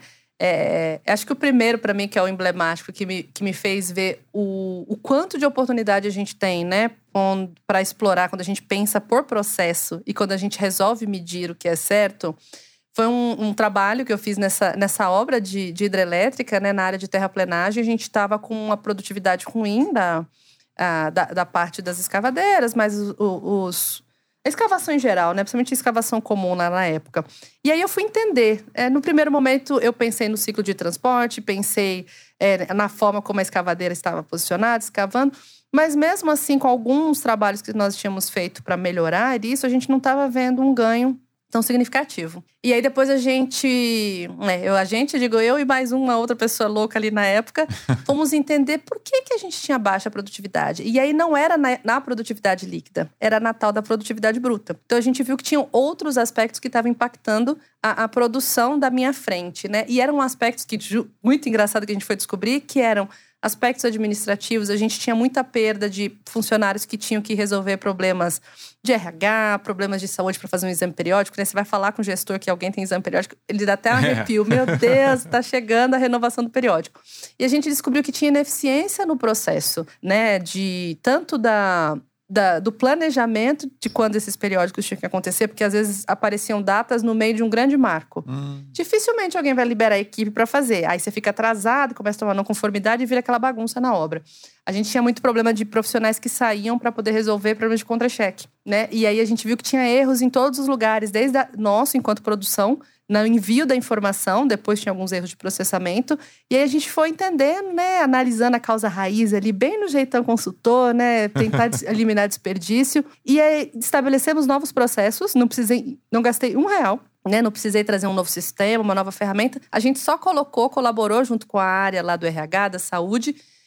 É, acho que o primeiro, para mim, que é o emblemático, que me, que me fez ver o, o quanto de oportunidade a gente tem, né, para explorar quando a gente pensa por processo e quando a gente resolve medir o que é certo, foi um, um trabalho que eu fiz nessa, nessa obra de, de hidrelétrica, né, na área de terraplenagem. A gente estava com uma produtividade ruim da, a, da, da parte das escavadeiras, mas os... os a escavação em geral, né? Principalmente a escavação comum lá na época. E aí eu fui entender. É, no primeiro momento, eu pensei no ciclo de transporte, pensei é, na forma como a escavadeira estava posicionada, escavando. Mas mesmo assim, com alguns trabalhos que nós tínhamos feito para melhorar isso, a gente não estava vendo um ganho tão significativo. E aí depois a gente, é, eu, a gente, digo eu e mais uma outra pessoa louca ali na época, fomos entender por que, que a gente tinha baixa produtividade. E aí não era na, na produtividade líquida, era na tal da produtividade bruta. Então a gente viu que tinham outros aspectos que estavam impactando a, a produção da minha frente, né? E eram aspectos que, muito engraçado que a gente foi descobrir, que eram aspectos administrativos. A gente tinha muita perda de funcionários que tinham que resolver problemas de R H, problemas de saúde para fazer um exame periódico, né? Você vai falar com o gestor que alguém tem exame periódico, ele dá até um arrepio. É. Meu Deus, está chegando a renovação do periódico. E a gente descobriu que tinha ineficiência no processo, né? De tanto da... Da, do planejamento de quando esses periódicos tinham que acontecer, porque às vezes apareciam datas no meio de um grande marco. Hum. Dificilmente alguém vai liberar a equipe para fazer. Aí você fica atrasado, começa a tomar não conformidade e vira aquela bagunça na obra. A gente tinha muito problema de profissionais que saíam para poder resolver problemas de contra-cheque, né? E aí a gente viu que tinha erros em todos os lugares, desde a nosso, enquanto produção, no envio da informação, depois tinha alguns erros de processamento. E aí a gente foi entendendo, né? Analisando a causa raiz ali, bem no jeitão consultor, né? Tentar eliminar desperdício. E aí estabelecemos novos processos, não precisei, não gastei um real. Né, não precisei trazer um novo sistema, uma nova ferramenta. A gente só colocou, colaborou junto com a área lá do R H, da saúde,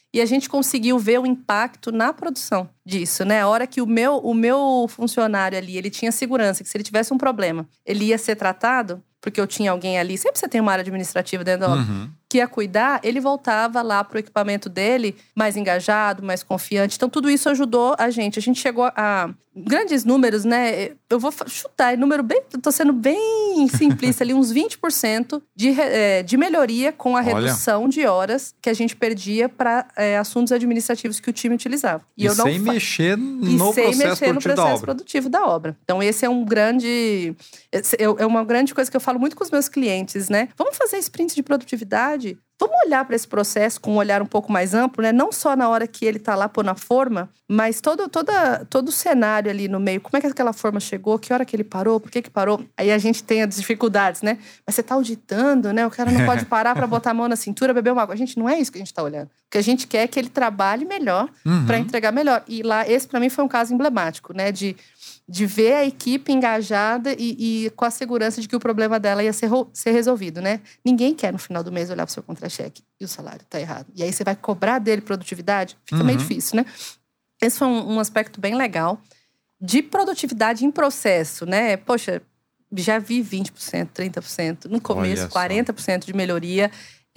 E a gente conseguiu ver o impacto na produção disso, né? A hora que o meu, o meu funcionário ali, ele tinha segurança que se ele tivesse um problema, ele ia ser tratado, porque eu tinha alguém ali, sempre você tem uma área administrativa dentro da obra, Uhum. que ia cuidar, ele voltava lá pro equipamento dele mais engajado, mais confiante. Então, tudo isso ajudou a gente. A gente chegou a grandes números, né? Eu vou chutar, é número bem... Tô sendo bem simplista ali, uns vinte por cento de, é, de melhoria com a Olha. redução de horas que a gente perdia para é, assuntos administrativos que o time utilizava. E, eu não sem fa- mexer e no sem processo mexer no produtivo da processo obra. produtivo da obra. Então, esse é um grande... esse É é uma grande coisa que eu falo muito com os meus clientes, né? Vamos fazer sprints de produtividade? Vamos olhar para esse processo com um olhar um pouco mais amplo, né? Não só na hora que ele está lá pôr na forma, mas todo, toda, todo o cenário ali no meio. Como é que aquela forma chegou? Que hora que ele parou? Por que que parou? Aí a gente tem as dificuldades, né? Mas você está auditando, né? O cara não pode parar para botar a mão na cintura, beber uma água. A gente, não é isso que a gente está olhando. O que a gente quer é que ele trabalhe melhor Uhum. para entregar melhor. E lá, esse para mim foi um caso emblemático, né? De... de ver a equipe engajada e, e com a segurança de que o problema dela ia ser, ser resolvido, né? Ninguém quer, no final do mês, olhar para o seu contra-cheque e o salário tá errado. E aí você vai cobrar dele produtividade? Fica Uhum. meio difícil, né? Esse foi um, um aspecto bem legal de produtividade em processo, né? Poxa, já vi vinte por cento, trinta por cento. No começo, Olha só. quarenta por cento de melhoria.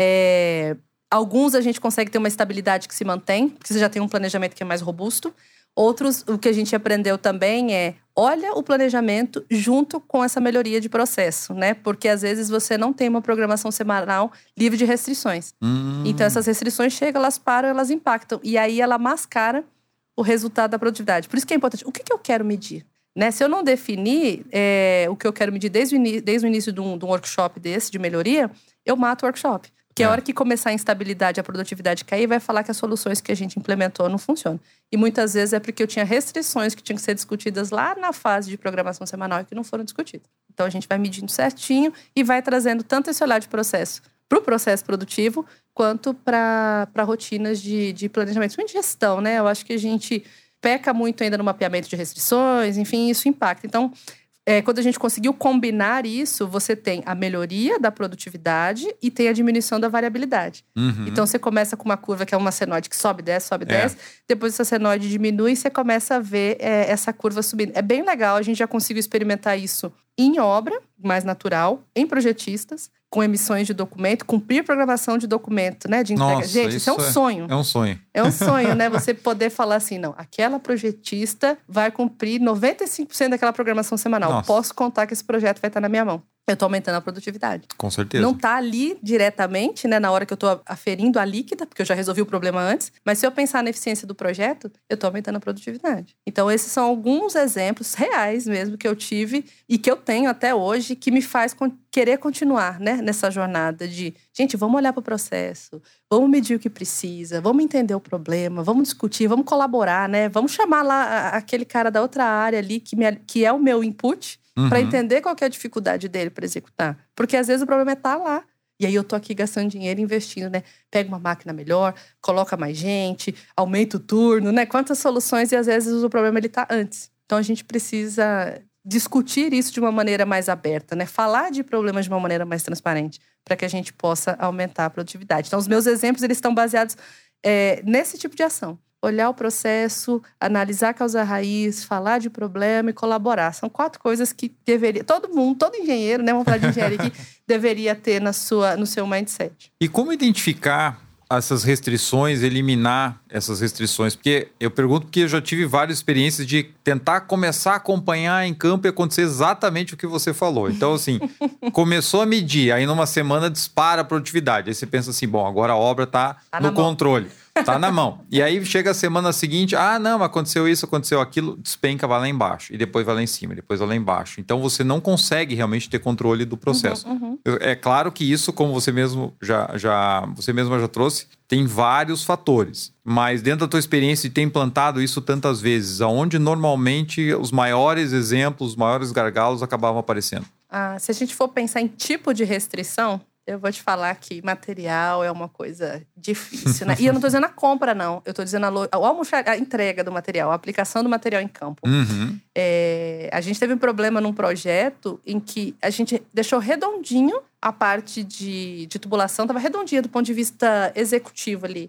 É... Alguns a gente consegue ter uma estabilidade que se mantém, porque você já tem um planejamento que é mais robusto. Outros, o que a gente aprendeu também é, olha o planejamento junto com essa melhoria de processo, né? Porque às vezes você não tem uma programação semanal livre de restrições. Hum. Então essas restrições chegam, elas param, elas impactam. E aí ela mascara o resultado da produtividade. Por isso que é importante, o que, que eu quero medir? Né? Se eu não definir é, o que eu quero medir desde o, in- desde o início de um, de um workshop desse, de melhoria, eu mato o workshop. Porque É. a hora que começar a instabilidade, a produtividade cair, vai falar que as soluções que a gente implementou não funcionam. E muitas vezes é porque eu tinha restrições que tinham que ser discutidas lá na fase de programação semanal e que não foram discutidas. Então a gente vai medindo certinho e vai trazendo tanto esse olhar de processo para o processo produtivo, quanto para rotinas de, de planejamento, de gestão, né? Eu acho que a gente peca muito ainda no mapeamento de restrições, enfim, isso impacta. Então, É, quando a gente conseguiu combinar isso, você tem a melhoria da produtividade e tem a diminuição da variabilidade. Uhum. Então, você começa com uma curva que é uma senoide que sobe, desce, sobe, É. desce. Depois, essa senoide diminui e você começa a ver é, essa curva subindo. É bem legal, a gente já conseguiu experimentar isso em obra, mais natural, em projetistas, com emissões de documento, cumprir programação de documento, né, de entrega. Nossa, gente, isso é um isso é- sonho. É um sonho. É um sonho, né? Você poder falar assim, não, aquela projetista vai cumprir noventa e cinco por cento daquela programação semanal. Nossa. Posso contar que esse projeto vai estar na minha mão. Eu estou aumentando a produtividade. Com certeza. Não está ali diretamente, né, na hora que eu estou aferindo a líquida, porque eu já resolvi o problema antes, mas se eu pensar na eficiência do projeto, eu estou aumentando a produtividade. Então, esses são alguns exemplos reais mesmo que eu tive e que eu tenho até hoje, que me faz con- querer continuar, né, nessa jornada de, gente, vamos olhar para o processo, vamos medir o que precisa, vamos entender o problema, vamos discutir, vamos colaborar, né, vamos chamar lá a- aquele cara da outra área ali que, me, que é o meu input, Uhum. para entender qual que é a dificuldade dele para executar. Porque às vezes o problema é estar lá. E aí eu tô aqui gastando dinheiro investindo, né? Pega uma máquina melhor, coloca mais gente, aumenta o turno, né? Quantas soluções e às vezes o problema ele tá antes. Então a gente precisa discutir isso de uma maneira mais aberta, né? Falar de problemas de uma maneira mais transparente, para que a gente possa aumentar a produtividade. Então os meus exemplos eles estão baseados é, nesse tipo de ação. Olhar o processo, analisar a causa raiz, falar de problema e colaborar. São quatro coisas que deveria... Todo mundo, todo engenheiro, né? Vamos falar de engenharia aqui, deveria ter na sua, no seu mindset. E como identificar essas restrições, eliminar essas restrições? Porque eu pergunto porque eu já tive várias experiências de tentar começar a acompanhar em campo e acontecer exatamente o que você falou. Então, assim, começou a medir, aí numa semana dispara a produtividade. Aí você pensa assim, bom, agora a obra tá, Tá no na mão. controle. Tá na mão. E aí chega a semana seguinte, ah, não, aconteceu isso, aconteceu aquilo, despenca, vai lá embaixo. E depois vai lá em cima, e depois vai lá embaixo. Então você não consegue realmente ter controle do processo. Uhum, uhum. Eu- É claro que isso, como você mesmo já, já, você mesma já trouxe, tem vários fatores. Mas dentro da tua experiência de ter implantado isso tantas vezes, aonde normalmente os maiores exemplos, os maiores gargalos acabavam aparecendo? Ah, se a gente for pensar em tipo de restrição, eu vou te falar que material é uma coisa difícil, né? E eu não tô dizendo a compra, não. Eu tô dizendo a, lo- a almoxar- a entrega do material, a aplicação do material em campo. Uhum. É, a gente teve um problema num projeto em que a gente deixou redondinho a parte de, de tubulação, estava redondinha do ponto de vista executivo ali.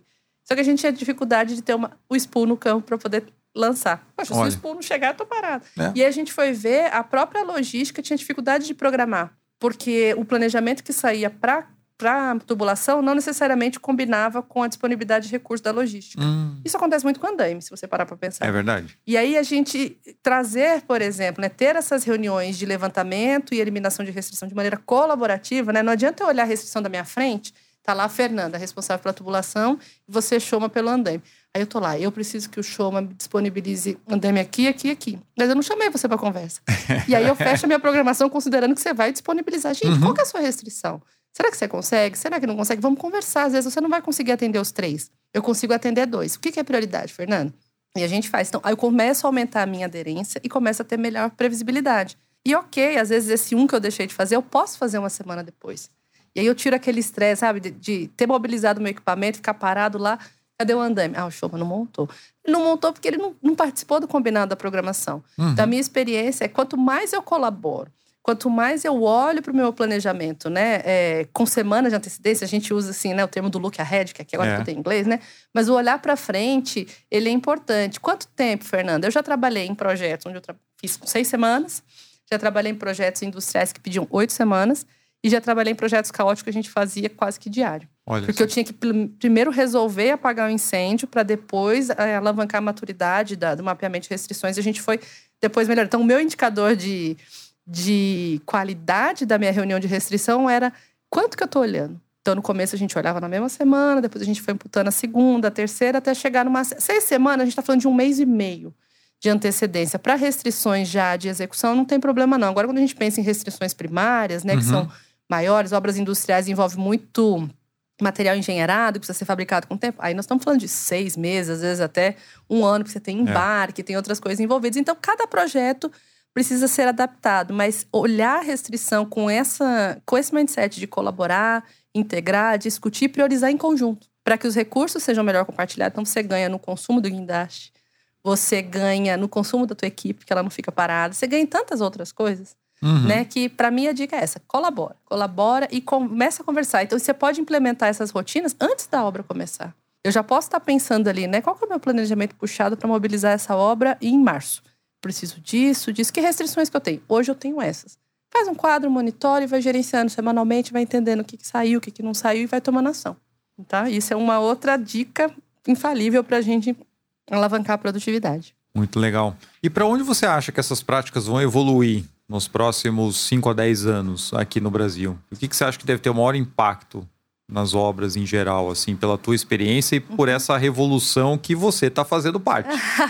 Só que a gente tinha dificuldade de ter uma, o spool no campo para poder lançar. Poxa, Olha. se o spool não chegar, eu tô parado. É. E aí a gente foi ver, a própria logística tinha dificuldade de programar. Porque o planejamento que saía para a tubulação não necessariamente combinava com a disponibilidade de recursos da logística. Hum. Isso acontece muito com andaime, se você parar para pensar. É verdade. E aí a gente trazer, por exemplo, né, ter essas reuniões de levantamento e eliminação de restrição de maneira colaborativa, né? Não adianta eu olhar a restrição da minha frente, tá lá a Fernanda, responsável pela tubulação, e você chama pelo andaime. Aí eu tô lá, eu preciso que o Shoma me disponibilize andaime aqui, aqui, aqui. Mas eu não chamei você pra conversa. E aí eu fecho a minha programação considerando que você vai disponibilizar. Gente, uhum. qual que é a sua restrição? Será que você consegue? Será que não consegue? Vamos conversar. Às vezes você não vai conseguir atender os três. Eu consigo atender dois. O que é prioridade, Fernando? E a gente faz. Então, aí eu começo a aumentar a minha aderência e começo a ter melhor previsibilidade. E ok, às vezes esse um que eu deixei de fazer, eu posso fazer uma semana depois. E aí eu tiro aquele estresse, sabe? De, de ter mobilizado o meu equipamento, ficar parado lá. Cadê o andaime? Ah, o Shoma não montou. Ele não montou porque ele não, não participou do combinado da programação. Uhum. Então, a minha experiência é quanto mais eu colaboro, quanto mais eu olho para o meu planejamento, né? É, com semanas de antecedência, a gente usa assim, né, o termo do look ahead, que aqui agora é. tudo em inglês, né? Mas o olhar para frente, ele é importante. Quanto tempo, Fernanda? Eu já trabalhei em projetos onde eu tra- fiz com seis semanas, já trabalhei em projetos industriais que pediam oito semanas, e já trabalhei em projetos caóticos que a gente fazia quase que diário. Olha Porque assim. eu tinha que primeiro resolver apagar o incêndio para depois é, alavancar a maturidade da, do mapeamento de restrições. E a gente foi depois melhorando. Então, o meu indicador de, de qualidade da minha reunião de restrição era quanto que eu estou olhando. Então, no começo, a gente olhava na mesma semana, depois a gente foi imputando a segunda, a terceira, até chegar numa... Seis semanas, a gente está falando de um mês e meio de antecedência. Para restrições já de execução, não tem problema não. Agora, quando a gente pensa em restrições primárias, né, uhum. que são maiores, obras industriais envolvem muito material engenheirado, que precisa ser fabricado com tempo. Aí nós estamos falando de seis meses, às vezes até um ano, porque você tem embarque, é. tem outras coisas envolvidas. Então, cada projeto precisa ser adaptado. Mas olhar a restrição com, essa, com esse mindset de colaborar, integrar, discutir e priorizar em conjunto. Para que os recursos sejam melhor compartilhados. Então, você ganha no consumo do guindaste, você ganha no consumo da tua equipe, que ela não fica parada. Você ganha em tantas outras coisas. Uhum. Né, que para mim a dica é essa, colabora, colabora e começa a conversar. Então você pode implementar essas rotinas antes da obra começar. Eu já posso estar pensando ali, né, qual que é o meu planejamento puxado para mobilizar essa obra em março? Preciso disso, disso, que restrições que eu tenho? Hoje eu tenho essas. Faz um quadro, monitora e vai gerenciando semanalmente, vai entendendo o que, que saiu, o que, que não saiu e vai tomando ação. Tá? Isso é uma outra dica infalível para a gente alavancar a produtividade. Muito legal. E para onde você acha que essas práticas vão evoluir nos próximos cinco a dez anos aqui no Brasil? O que, que você acha que deve ter o maior impacto nas obras em geral, assim, pela tua experiência e por essa revolução que você está fazendo parte?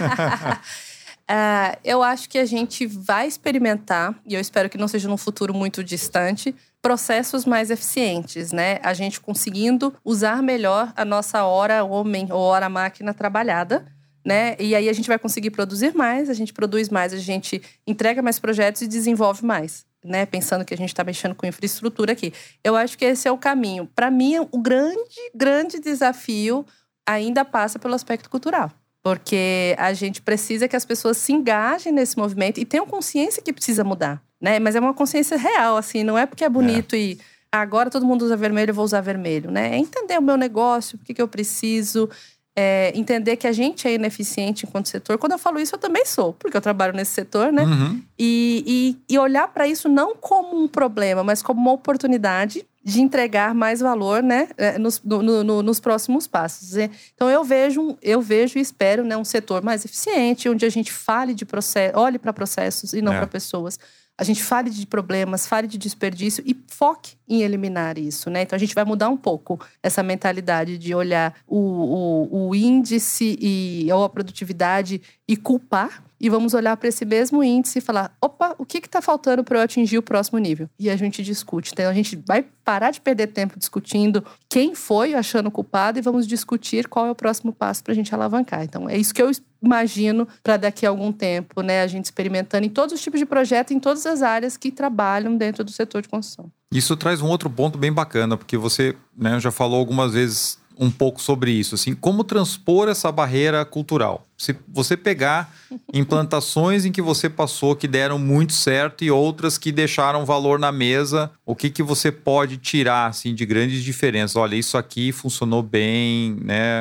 uh, eu acho que a gente vai experimentar, e eu espero que não seja num futuro muito distante, processos mais eficientes, né? A gente conseguindo usar melhor a nossa hora homem ou hora máquina trabalhada, né? E aí a gente vai conseguir produzir mais, a gente produz mais, a gente entrega mais projetos e desenvolve mais, né? Pensando que a gente está mexendo com infraestrutura aqui. Eu acho que esse é o caminho. Para mim, o grande, grande desafio ainda passa pelo aspecto cultural. Porque a gente precisa que as pessoas se engajem nesse movimento e tenham consciência que precisa mudar, né? Mas é uma consciência real, assim, não é porque é bonito é. e agora todo mundo usa vermelho, eu vou usar vermelho, né? É entender o meu negócio, o que, que eu preciso... É, entender que a gente é ineficiente enquanto setor. Quando eu falo isso, eu também sou, porque eu trabalho nesse setor, né? Uhum. E, e, e olhar para isso não como um problema, mas como uma oportunidade de entregar mais valor, né? Nos, no, no, nos próximos passos. Então, eu vejo, eu vejo e espero, né, um setor mais eficiente, onde a gente fale de processo, olhe para processos e não é. para pessoas. A gente fale de problemas, fale de desperdício e foque em eliminar isso, né? Então, a gente vai mudar um pouco essa mentalidade de olhar o, o, o índice e, ou a produtividade e culpar. E vamos olhar para esse mesmo índice e falar, opa, o que está faltando para eu atingir o próximo nível? E a gente discute. Então, a gente vai parar de perder tempo discutindo quem foi achando culpado e vamos discutir qual é o próximo passo para a gente alavancar. Então, é isso que eu imagino para daqui a algum tempo, né? A gente experimentando em todos os tipos de projetos, em todas as áreas que trabalham dentro do setor de construção. Isso traz um outro ponto bem bacana, porque você, né, já falou algumas vezes um pouco sobre isso, assim, como transpor essa barreira cultural. Se você pegar implantações em que você passou que deram muito certo e outras que deixaram valor na mesa, o que, que você pode tirar, assim, de grandes diferenças? Olha, isso aqui funcionou bem, né?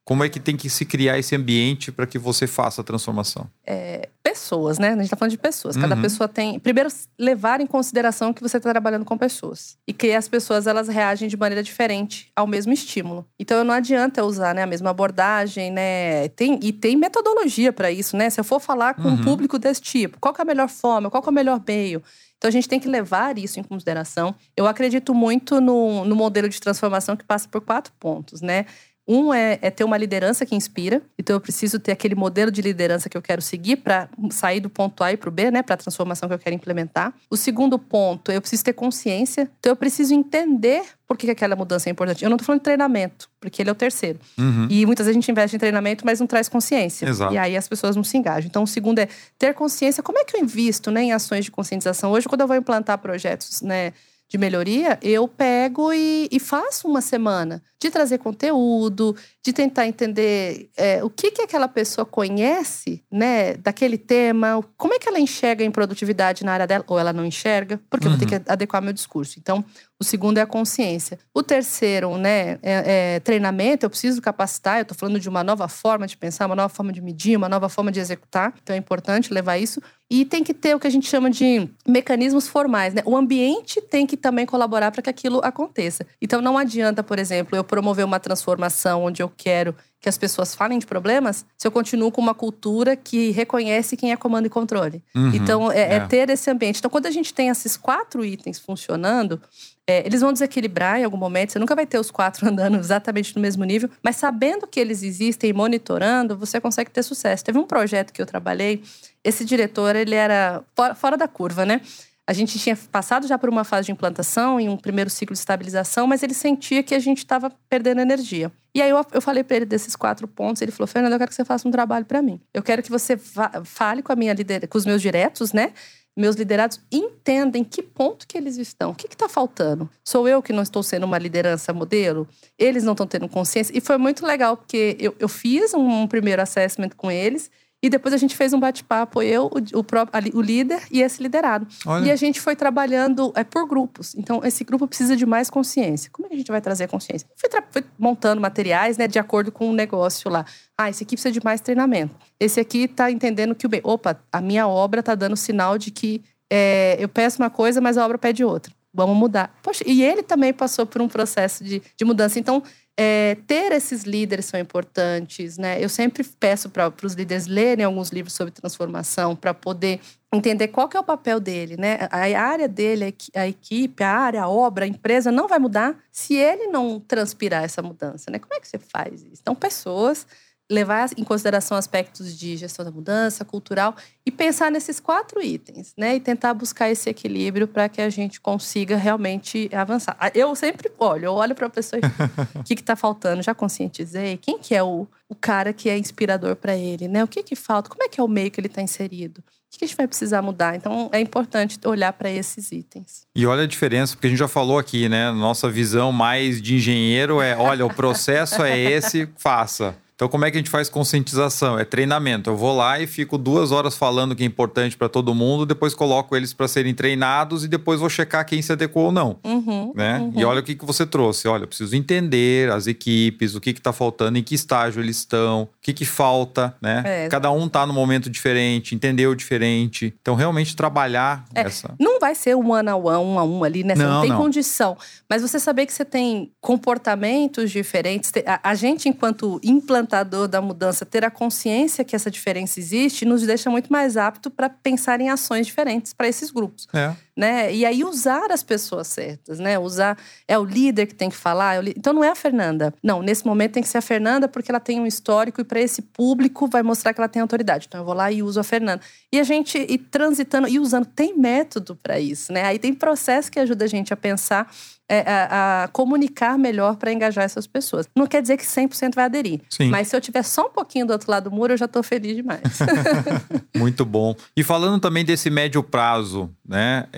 Como é que tem que se criar esse ambiente para que você faça a transformação? É, pessoas, né? A gente tá falando de pessoas. Cada Uhum. pessoa tem… Primeiro, levar em consideração que você está trabalhando com pessoas. E que as pessoas, elas reagem de maneira diferente ao mesmo estímulo. Então, não adianta eu usar, né, a mesma abordagem, né? Tem, e tem metodologia para isso, né? Se eu for falar com Uhum. um público desse tipo, qual que é a melhor forma? Qual que é o melhor meio? Então, a gente tem que levar isso em consideração. Eu acredito muito no, no modelo de transformação que passa por quatro pontos, né? Um é, é ter uma liderança que inspira. Então, eu preciso ter aquele modelo de liderança que eu quero seguir para sair do ponto A e para o B, né? Para a transformação que eu quero implementar. O segundo ponto, eu preciso ter consciência. Então, eu preciso entender por que aquela mudança é importante. Eu não estou falando de treinamento, porque ele é o terceiro. Uhum. E muitas vezes a gente investe em treinamento, mas não traz consciência. Exato. E aí as pessoas não se engajam. Então, o segundo é ter consciência. Como é que eu invisto, né, em ações de conscientização? Hoje, quando eu vou implantar projetos, né, de melhoria, eu pego e, e faço uma semana de trazer conteúdo, de tentar entender é, o que, que aquela pessoa conhece, né, daquele tema, como é que ela enxerga em produtividade na área dela, ou ela não enxerga, porque uhum. eu vou ter que adequar meu discurso. Então, o segundo é a consciência. O terceiro, né, é, é treinamento. Eu preciso capacitar, eu estou falando de uma nova forma de pensar, uma nova forma de medir, uma nova forma de executar. Então, é importante levar isso. E tem que ter o que a gente chama de mecanismos formais, né? O ambiente tem que também colaborar para que aquilo aconteça. Então, não adianta, por exemplo, eu promover uma transformação onde eu quero que as pessoas falem de problemas, se eu continuo com uma cultura que reconhece quem é comando e controle. Uhum, então, é, é. é ter esse ambiente. Então, quando a gente tem esses quatro itens funcionando, é, eles vão desequilibrar em algum momento. Você nunca vai ter os quatro andando exatamente no mesmo nível, mas sabendo que eles existem e monitorando, você consegue ter sucesso. Teve um projeto que eu trabalhei, esse diretor, ele era fora, fora da curva, né? A gente tinha passado já por uma fase de implantação, em um primeiro ciclo de estabilização, mas ele sentia que a gente estava perdendo energia. E aí eu, eu falei para ele desses quatro pontos, ele falou, Fernanda, eu quero que você faça um trabalho para mim. Eu quero que você fale com a minha lider... com os meus diretos, né? Meus liderados entendem que ponto que eles estão. O que está faltando? Sou eu que não estou sendo uma liderança modelo? Eles não estão tendo consciência? E foi muito legal, porque eu, eu fiz um, um primeiro assessment com eles, e depois a gente fez um bate-papo, eu, o, o, próprio, o líder e esse liderado. Olha. E a gente foi trabalhando é, por grupos. Então, esse grupo precisa de mais consciência. Como é que a gente vai trazer consciência? Fui, tra- fui montando materiais, né, de acordo com o negócio lá. Ah, esse aqui precisa de mais treinamento. Esse aqui está entendendo que o bem... Opa, a minha obra está dando sinal de que é, eu peço uma coisa, mas a obra pede outra. Vamos mudar. Poxa, e ele também passou por um processo de, de mudança. Então, É, ter esses líderes são importantes, né? Eu sempre peço para os líderes lerem alguns livros sobre transformação para poder entender qual que é o papel dele, né? A área dele, a equipe, a área, a obra, a empresa não vai mudar se ele não transpirar essa mudança, né? Como é que você faz isso? Então, pessoas… levar em consideração aspectos de gestão da mudança, cultural, e pensar nesses quatro itens, né? E tentar buscar esse equilíbrio para que a gente consiga realmente avançar. Eu sempre olho, eu olho para a pessoa e o que está faltando, já conscientizei? Quem que é o, o cara que é inspirador para ele, né? O que que falta? Como é que é o meio que ele está inserido? O que a gente vai precisar mudar? Então, é importante olhar para esses itens. E olha a diferença, porque a gente já falou aqui, né? Nossa visão mais de engenheiro é, olha, o processo é esse, faça. Então, como é que a gente faz conscientização? É treinamento. Eu vou lá e fico duas horas falando o que é importante para todo mundo, depois coloco eles para serem treinados e depois vou checar quem se adequou ou não. Uhum, né? Uhum. E olha o que, que você trouxe. Olha, eu preciso entender as equipes, o que está faltando, em que estágio eles estão, o que, que falta, né? É. Cada um está num momento diferente, entendeu diferente. Então, realmente trabalhar é, essa… Não vai ser um one a one, um a um ali, né? Você não, não tem não. condição. Mas você saber que você tem comportamentos diferentes. A, a gente, enquanto implantador da mudança, ter a consciência que essa diferença existe, nos deixa muito mais apto para pensar em ações diferentes para esses grupos. É. Né? E aí usar as pessoas certas, né? Usar, é o líder que tem que falar. É o li... Então não é a Fernanda. Não, nesse momento tem que ser a Fernanda porque ela tem um histórico e para esse público vai mostrar que ela tem autoridade. Então eu vou lá e uso a Fernanda. E a gente ir transitando e usando, tem método para isso, né? Aí tem processo que ajuda a gente a pensar, é, a, a comunicar melhor para engajar essas pessoas. Não quer dizer que cem por cento vai aderir. Sim. Mas se eu tiver só um pouquinho do outro lado do muro, eu já estou feliz demais. Muito bom. E falando também desse médio prazo, né? É,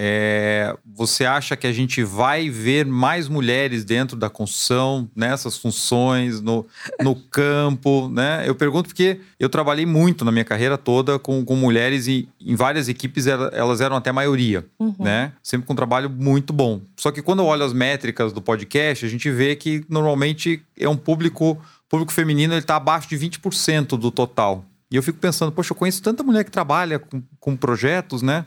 É, você acha que a gente vai ver mais mulheres dentro da construção, nessas funções, no, no campo, né? Eu pergunto porque eu trabalhei muito na minha carreira toda com, com mulheres e em várias equipes elas eram até a maioria, uhum. né? Sempre com um trabalho muito bom. Só que quando eu olho as métricas do podcast, a gente vê que normalmente é um público, público feminino, ele está abaixo de vinte por cento do total. E eu fico pensando, poxa, eu conheço tanta mulher que trabalha com, com projetos, né?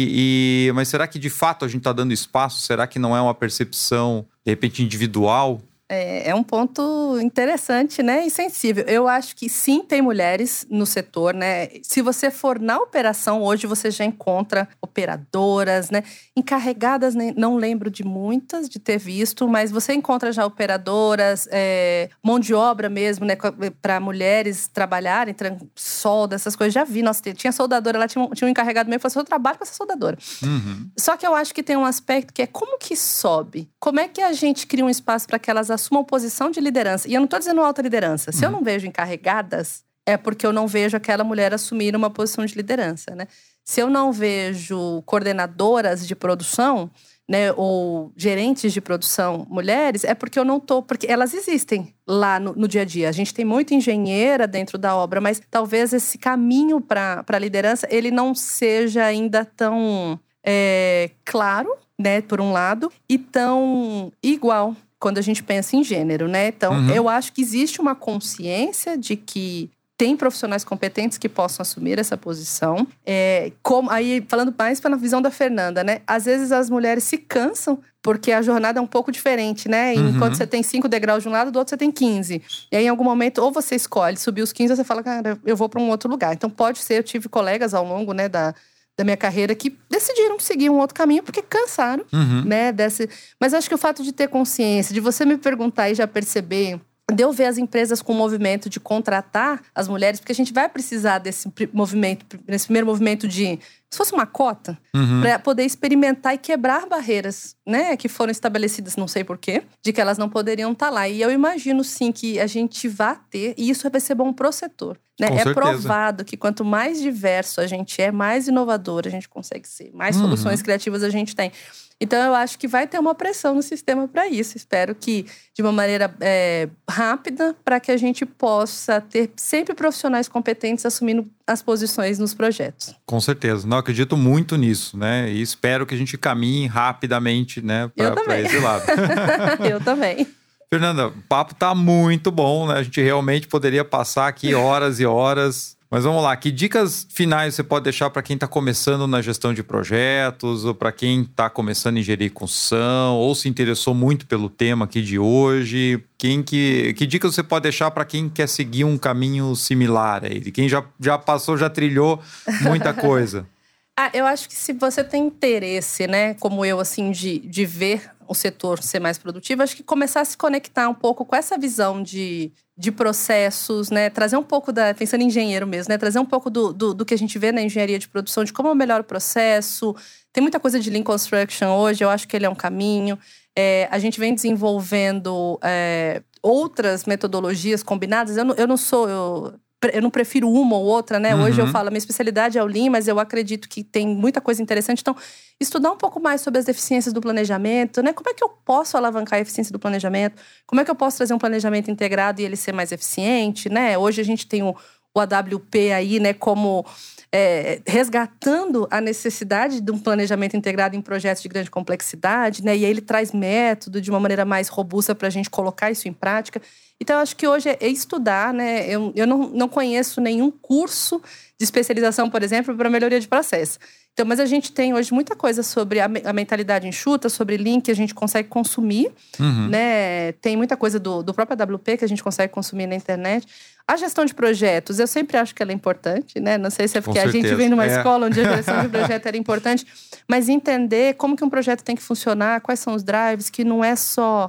E, e, mas será que de fato a gente está dando espaço? Será que não é uma percepção, de repente, individual? É, é um ponto interessante, né? E sensível. Eu acho que sim, tem mulheres no setor, né? Se você for na operação, hoje você já encontra operadoras, né? Encarregadas, né? Não lembro de muitas, de ter visto, mas você encontra já operadoras, é, mão de obra mesmo, né? Para mulheres trabalharem, solda, essas coisas. Já vi, nossa, tinha soldadora, lá tinha um, tinha um encarregado mesmo, falou assim, eu trabalho com essa soldadora. Uhum. Só que eu acho que tem um aspecto que é como que sobe? Como é que a gente cria um espaço para que elas assumam posição de liderança? E eu não estou dizendo alta liderança. Se uhum. eu não vejo encarregadas, é porque eu não vejo aquela mulher assumir uma posição de liderança, né? Se eu não vejo coordenadoras de produção, né, ou gerentes de produção mulheres, é porque eu não tô, porque elas existem lá no, no dia a dia. A gente tem muita engenheira dentro da obra, mas talvez esse caminho para a liderança, ele não seja ainda tão é, claro, né, por um lado, e tão igual quando a gente pensa em gênero, né? Então, uhum. eu acho que existe uma consciência de que tem profissionais competentes que possam assumir essa posição. É, como, aí, falando mais para a visão da Fernanda, né? Às vezes as mulheres se cansam porque a jornada é um pouco diferente, né? Uhum. Enquanto você tem cinco degraus de um lado, do outro você tem quinze. E aí, em algum momento, ou você escolhe subir os quinze, ou você fala, cara, eu vou para um outro lugar. Então, pode ser, eu tive colegas ao longo, né, da... da minha carreira, que decidiram seguir um outro caminho porque cansaram, uhum. né? Desse... Mas acho que o fato de ter consciência, de você me perguntar e já perceber, de eu ver as empresas com o movimento de contratar as mulheres, porque a gente vai precisar desse movimento, desse primeiro movimento de, se fosse uma cota, uhum. para poder experimentar e quebrar barreiras, né? Que foram estabelecidas, não sei porquê, de que elas não poderiam estar lá. E eu imagino, sim, que a gente vai ter, e isso vai ser bom pro setor. Né? É certeza. Provado que quanto mais diverso a gente é, mais inovador a gente consegue ser, mais uhum. soluções criativas a gente tem. Então, eu acho que vai ter uma pressão no sistema para isso. Espero que de uma maneira é, rápida, para que a gente possa ter sempre profissionais competentes assumindo as posições nos projetos. Com certeza. Não, acredito muito nisso, né? E espero que a gente caminhe rapidamente, né, para esse lado. Eu também. Fernanda, o papo tá muito bom, né? A gente realmente poderia passar aqui horas e horas. Mas vamos lá, que dicas finais você pode deixar para quem está começando na gestão de projetos, ou para quem está começando em engenharia e construção, ou se interessou muito pelo tema aqui de hoje? Quem que, que dicas você pode deixar para quem quer seguir um caminho similar aí? Quem já, já passou, já trilhou muita coisa? Ah, eu acho que se você tem interesse, né, como eu, assim, de, de ver o setor ser mais produtivo, acho que começar a se conectar um pouco com essa visão de, de processos, né, trazer um pouco da, pensando em engenheiro mesmo, né, trazer um pouco do, do, do que a gente vê na engenharia de produção, de como é o melhor processo. Tem muita coisa de Lean Construction hoje, eu acho que ele é um caminho. É, a gente vem desenvolvendo é, outras metodologias combinadas. Eu não, eu não sou... Eu, Eu não prefiro uma ou outra, né? Uhum. Hoje eu falo, a minha especialidade é o Lean, mas eu acredito que tem muita coisa interessante. Então, estudar um pouco mais sobre as deficiências do planejamento, né? Como é que eu posso alavancar a eficiência do planejamento? Como é que eu posso trazer um planejamento integrado e ele ser mais eficiente, né? Hoje a gente tem o, o A W P aí, né? Como é, resgatando a necessidade de um planejamento integrado em projetos de grande complexidade, né? E aí ele traz método de uma maneira mais robusta para a gente colocar isso em prática. Então, eu acho que hoje é estudar, né? Eu, eu não, não conheço nenhum curso de especialização, por exemplo, para melhoria de processo. Então, mas a gente tem hoje muita coisa sobre a, a mentalidade enxuta, sobre Lean, que a gente consegue consumir, uhum. né? Tem muita coisa do, do próprio A W P que a gente consegue consumir na internet. A gestão de projetos, eu sempre acho que ela é importante, né? Não sei se é porque a gente vem numa é. escola onde a gestão de projeto era importante, mas entender como que um projeto tem que funcionar, quais são os drives, que não é só...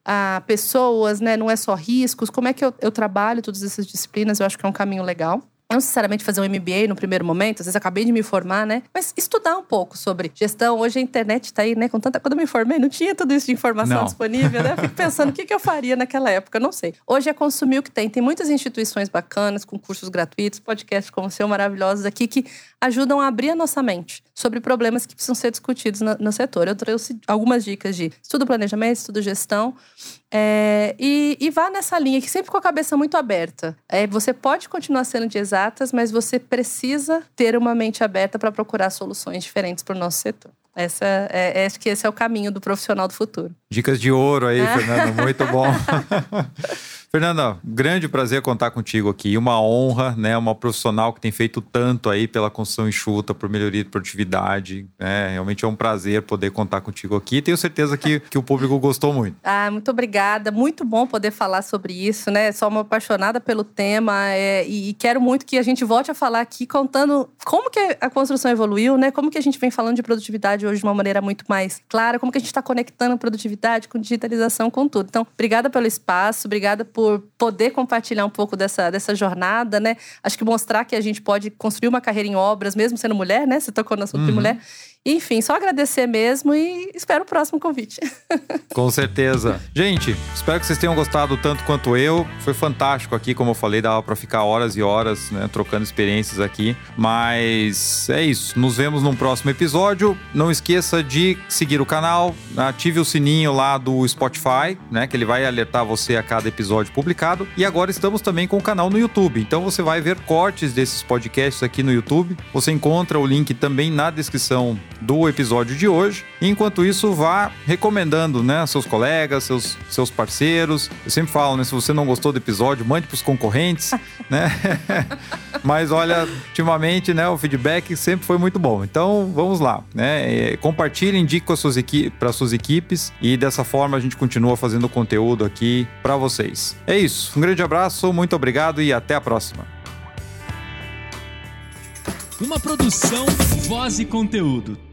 a pessoas, né? Não é só riscos. Como é que eu, eu trabalho todas essas disciplinas? Eu acho que é um caminho legal. não necessariamente fazer um M B A no primeiro momento, às vezes acabei de me formar, né? Mas estudar um pouco sobre gestão. Hoje a internet tá aí, né? Com tanta... Quando eu me formei, não tinha tudo isso de informação não. disponível, né? Eu fico pensando, o que, que eu faria naquela época? Eu não sei. Hoje é consumir o que tem. Tem muitas instituições bacanas, com cursos gratuitos, podcasts como o seu, maravilhosos aqui, que ajudam a abrir a nossa mente sobre problemas que precisam ser discutidos no, no setor. Eu trouxe algumas dicas de estudo planejamento, estudo gestão, é, e, e vá nessa linha, que sempre com a cabeça muito aberta. É, você pode continuar sendo de exatas, mas você precisa ter uma mente aberta para procurar soluções diferentes para o nosso setor. Essa é, acho que esse é o caminho do profissional do futuro. Dicas de ouro aí, Fernanda, muito bom. Fernanda, grande prazer contar contigo aqui, uma honra, né? Uma profissional que tem feito tanto aí pela construção enxuta, por melhoria de produtividade, né? Realmente é um prazer poder contar contigo aqui. Tenho certeza que, que o público gostou muito. Ah, muito obrigada, muito bom poder falar sobre isso, né? Sou uma apaixonada pelo tema é, e, e quero muito que a gente volte a falar aqui contando como que a construção evoluiu, né? Como que a gente vem falando de produtividade hoje de uma maneira muito mais clara, como que a gente está conectando produtividade com digitalização, com tudo. Então, obrigada pelo espaço, obrigada por por poder compartilhar um pouco dessa, dessa jornada, né? Acho que mostrar que a gente pode construir uma carreira em obras, mesmo sendo mulher, né? Você tocou no assunto uhum. de mulher. Enfim, só agradecer mesmo e espero o próximo convite. Com certeza. Gente, espero que vocês tenham gostado tanto quanto eu. Foi fantástico aqui, como eu falei, dava pra ficar horas e horas, né, trocando experiências aqui. Mas é isso. Nos vemos num próximo episódio. Não esqueça de seguir o canal, ative o sininho lá do Spotify, né, que ele vai alertar você a cada episódio publicado. E agora estamos também com o canal no YouTube. Então você vai ver cortes desses podcasts aqui no YouTube. Você encontra o link também na descrição do episódio de hoje. Enquanto isso, vá recomendando, né, seus colegas, seus, seus parceiros. Eu sempre falo, né, se você não gostou do episódio, mande para os concorrentes, né? Mas olha, ultimamente, né, o feedback sempre foi muito bom. Então, vamos lá, né? Compartilhem, indique para suas, equi- para suas equipes e dessa forma a gente continua fazendo conteúdo aqui para vocês. É isso. Um grande abraço, muito obrigado e até a próxima. Uma produção, voz e conteúdo.